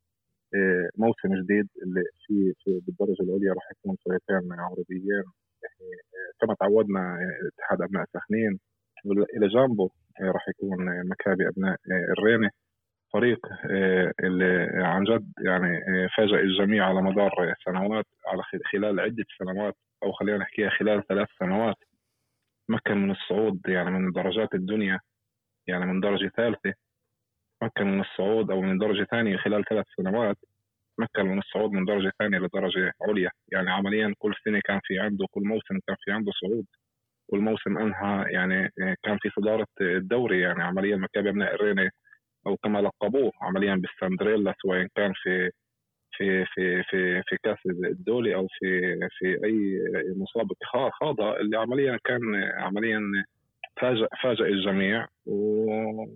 موسم جديد اللي في في بالدرجه العليا راح يكون فريقين عربيين كما تعودنا، اتحاد ابناء سخنين، الى جانبه راح يكون مكابي ابناء الرينة، فريق اللي عن جد يعني فاجأ الجميع على مدار سنوات، على خلال عده سنوات او خلينا نحكيها خلال ثلاث سنوات مكن من الصعود يعني من درجات الدنيا، يعني من درجه ثالثه مكن من الصعود أو من درجة ثانية خلال ثلاث سنوات، مكن من الصعود من درجة ثانية لدرجة عليا. يعني عمليا كل سنة كان في عنده، كل موسم كان في عنده صعود، كل موسم أنهى يعني كان في صدارة الدوري. يعني عمليا مكابي أبناء الرينة أو كما لقبوه عمليا بالسندريلا، سواء كان في في في في في كاس الدولي أو في في أي مسابقة خاضة، اللي عمليا كان عمليا فاجأ فاجأ الجميع و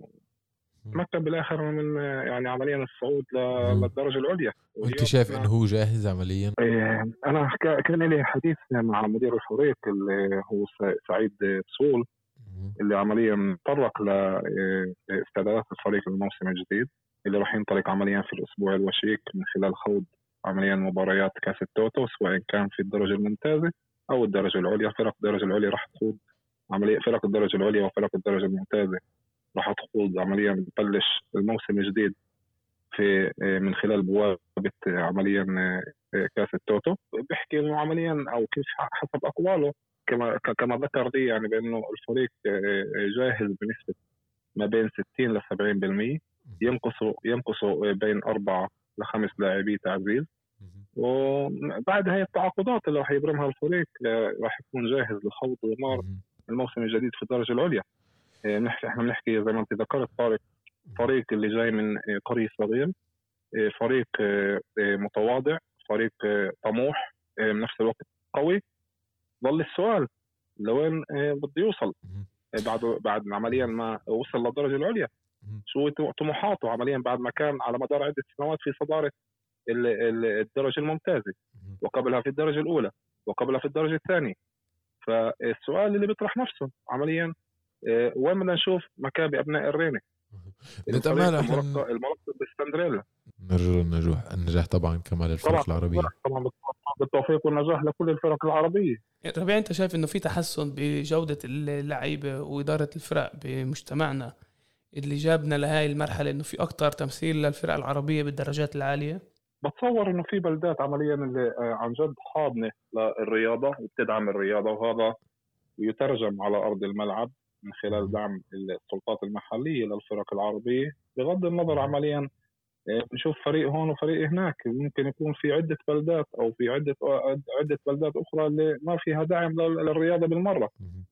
مكن بالاخر من يعني عمليا الصعود للدرجه العليا. وانت شايف انه هو جاهز عمليا؟ إيه انا كان لي حديث مع مدير الفريق اللي هو سعيد صول، اللي عمليا تطرق لاستعدادات الفريق للموسم الجديد اللي راح ينطلق عمليا في الاسبوع الوشيك من خلال خوض عمليا مباريات كاس التوتو، سواء كان في الدرجه الممتازه او الدرجه العليا. فرق الدرجه العليا راح تخوض عمليا، فرق الدرجه العليا وفرق الدرجه الممتازه راح تخوض عمليا ببلش الموسم الجديد في من خلال بوابة عمليا كاس التوتو. بيحكي انه عمليا او كيف حسب اقواله كما كما ذكر لي يعني بأنه الفريق جاهز بنسبة ما بين ستين ل سبعين بالمية، ينقصوا ينقصوا بين أربعة لخمس لاعبين تعزيز، وبعد هاي التعاقدات اللي راح يبرمها الفريق راح يكون جاهز لخوض ومار الموسم الجديد في الدرجة العليا. نحكي احنا بنحكي زي ما انت ذكرت طارق، فريق اللي جاي من قرية صغير، فريق متواضع، فريق طموح، بنفس الوقت قوي. ظل السؤال لوين بده يوصل بعد بعد عمليا ما وصل للدرجة العليا، شو طموحاته عمليا بعد ما كان على مدار عدة سنوات في صدارة الدرجة الممتازة، وقبلها في الدرجة الأولى، وقبلها في الدرجة الثانية. فالسؤال اللي بيطرح نفسه عمليا وين بدنا نشوف مكابي أبناء الرينة؟ نتأمل الملقب بالسندريلا. نرجو النجاح النجاح طبعا كمال الفرق العربية، طبعا بالتوفيق والنجاح لكل الفرق العربية. ربيع، انت شايف انه في تحسن بجودة اللعيبة وإدارة الفرق بمجتمعنا اللي جابنا لهاي المرحلة انه في اكتر تمثيل للفرق العربية بالدرجات العالية؟ بتصور انه في بلدات عمليا اللي عن جد حاضنة للرياضة وبتدعم الرياضة، وهذا يترجم على أرض الملعب من خلال دعم السلطات المحلية للفرق العربية. بغض النظر عمليا نشوف فريق هون وفريق هناك، ممكن يكون في عدة بلدات أو في عدة عدة بلدات أخرى اللي ما فيها دعم للرياضة بالمرة.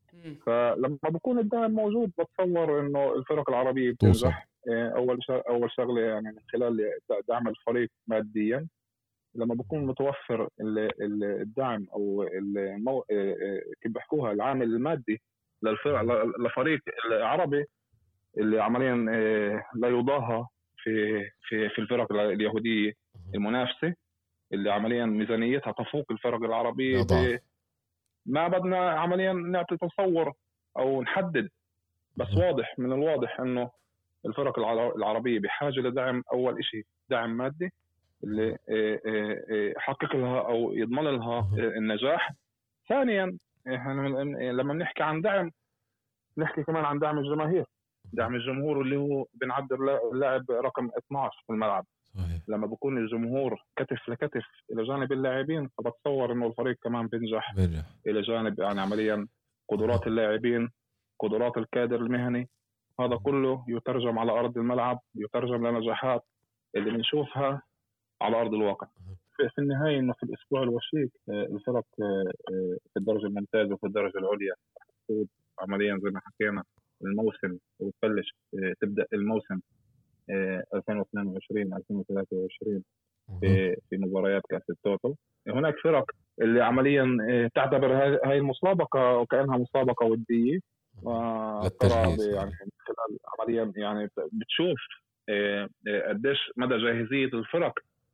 فلما بكون الدعم موجود بتصور إنه الفرق العربية بتنجح. أول أول شغلة يعني من خلال دعم الفريق ماديا. لما بكون متوفر الدعم أو المو... كيف بحكوها العامل المادي للفرق لفريق العربي اللي عمليا لا يضاهى في في في الفرق اليهودية المنافسة، اللي عمليا ميزانيتها تفوق الفرق العربية. ما بدنا عمليا نعطي تصور أو نحدد، بس واضح من الواضح إنه الفرق العربية بحاجة لدعم. أول إشي دعم مادي اللي يحقق لها أو يضمن لها النجاح. ثانيا لما نحكي عن دعم نحكي كمان عن دعم الجماهير، دعم الجمهور اللي هو بنعدل اللاعب رقم اثناشر في الملعب. صحيح. لما بكون الجمهور كتف لكتف إلى جانب اللاعبين فبتصور إنه الفريق كمان بينجح إلى جانب يعني عمليا قدرات اللاعبين، قدرات الكادر المهني. هذا كله يترجم على أرض الملعب، يترجم لنجاحات اللي بنشوفها على أرض الواقع. في النهاية إنه في الأسبوع الوشيك الفرق في الدرجة الممتازة وفي الدرجة العليا تخوض عمليا زي ما حكينا الموسم وتبلش تبدأ الموسم ألفين واثنين وعشرين ألفين وثلاثة وعشرين في في مباريات كأس التوتو. هناك فرق اللي عمليا تعتبر هاي المسابقة وكأنها مسابقة ودية، وترى يعني خلال عمليا يعني بتشوف قديش مدى جاهزية الفرق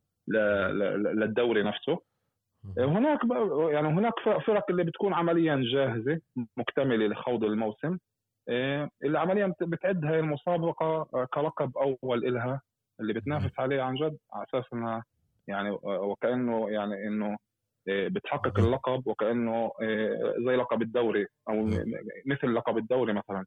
للدوري نفسه. هناك يعني هناك فرق اللي بتكون عمليا جاهزة مكتملة لخوض الموسم، اللي عمليا بتعد هاي المسابقة كلقب أول إلها اللي بتنافس عليه عن جد على أساس إنها يعني وكأنه يعني إنه بتحقق اللقب، وكأنه زي لقب الدوري أو مثل لقب الدوري مثلا.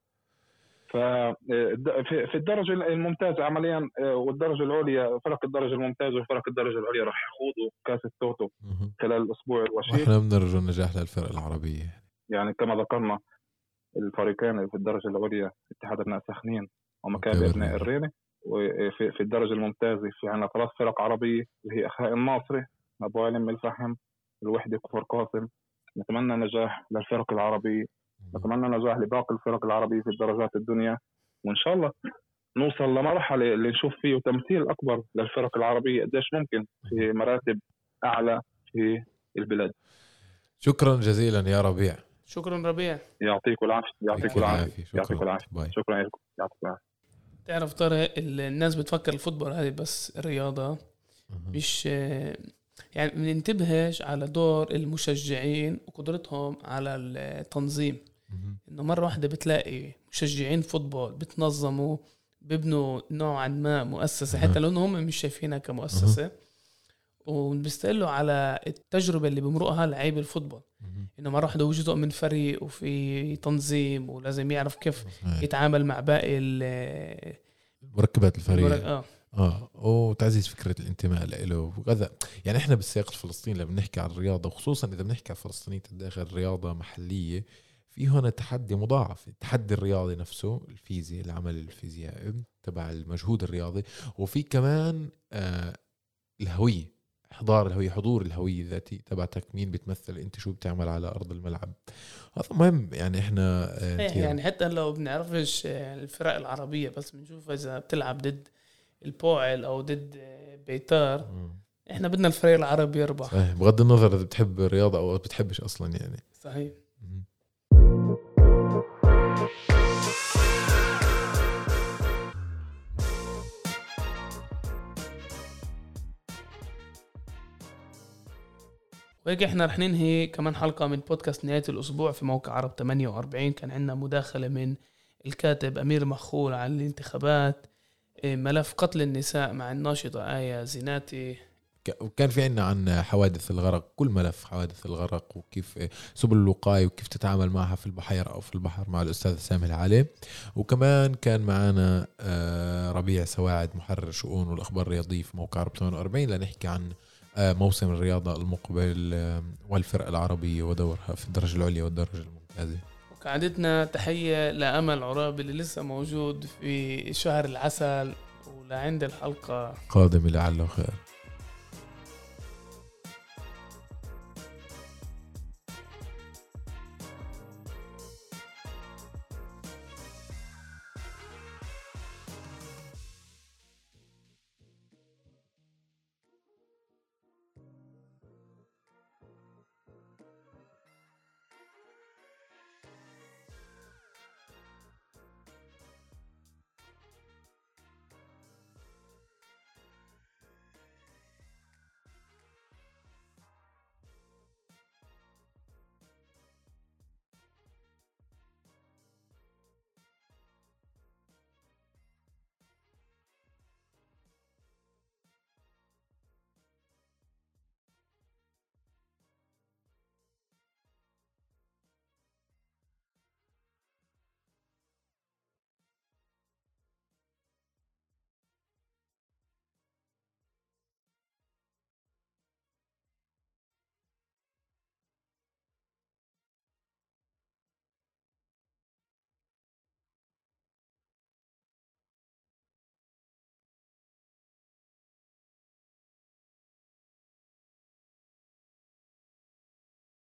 ففي الدرجة الممتازة عمليا والدرجة العليا فرق الدرجة الممتازة وفرق الدرجة العليا راح يخوضوا كأس التوتو خلال الأسبوع الوشيك. احنا بنرجو النجاح للفرق العربية. يعني كما ذكرنا الفريقين في الدرجة العليا اتحاد أبناء سخنين ومكابي أبناء الرينة، وفي في الدرجة الممتازة في عنا ثلاث فرق عربية اللي هي أخاء الناصري، أبو علم الفحم، الوحدة كفر قاسم. نتمنى نجاح للفرق العربية، نتمنى نجاح لباقي الفرق العربية في الدرجات الدنيا، وإن شاء الله نوصل لمرحلة اللي نشوف فيه تمثيل أكبر للفرق العربية قديش ممكن في مراتب أعلى في البلاد. شكرا جزيلا يا ربيع. شكرا ربيع، يعطيكم العافية. يعطيكم العافية. يعطيكم العافية. شكرا لكم. يعطيكم العافية. تعرف طارق، الناس بتفكر الفوتبول هذه بس الرياضة، مش يعني مننتبهش على دور المشجعين وقدرتهم على التنظيم. إنه مرة واحدة بتلاقي مشجعين فوتبول بتنظموا بيبنوا نوعا ما مؤسسة حتى لو هم مش شايفينها كمؤسسة، وبيستقلوا على التجربة اللي بمرقها لعيب الفوتبول، إنه مرة واحدة جزء من فريق وفي تنظيم ولازم يعرف كيف يتعامل مع باقي مركبات الفريق. آه اه وتعزيز فكره الانتماء له وكذا. يعني احنا بالسياق الفلسطيني لما بنحكي عن الرياضه، وخصوصا اذا بنحكي عن فلسطينيه الداخل رياضه محليه، في هنا تحدي مضاعف. التحدي الرياضي نفسه، الفيزياء، العمل الفيزيائي تبع المجهود الرياضي، وفي كمان آه الهويه، احضار الهويه، حضور الهويه الذاتي تبعتك، مين بتمثل انت، شو بتعمل على ارض الملعب. هذا مهم. يعني احنا آه يعني حتى لو بنعرفش الفرق العربيه بس بنشوف اذا بتلعب ضد البوعل او ضد بيتار، م. احنا بدنا الفريق العربي يربح. صحيح. بغض النظر اذا بتحب الرياضه او بتحبش اصلا. يعني صحيح. م. وهيك احنا رح ننهي كمان حلقة من بودكاست نهاية الأسبوع في موقع عرب ثمانية وأربعين. كان عندنا مداخلة من الكاتب أمير مخول عن الانتخابات، ملف قتل النساء مع الناشطة آية زيناتي، وكان في عنا عن حوادث الغرق، كل ملف حوادث الغرق وكيف سبل الوقاية وكيف تتعامل معها في البحيرة أو في البحر مع الأستاذ سامي العالي. وكمان كان معنا ربيع سواعد محرر شؤون والأخبار الرياضية في موقع عرب ثمانية وأربعين لنحكي عن موسم الرياضة المقبل والفرق العربية ودورها في الدرجة العليا والدرجة الممتازة. وكعادتنا تحية لأمل عرابي اللي لسه موجود في شهر العسل، ولعند الحلقة قادمة لعله خير.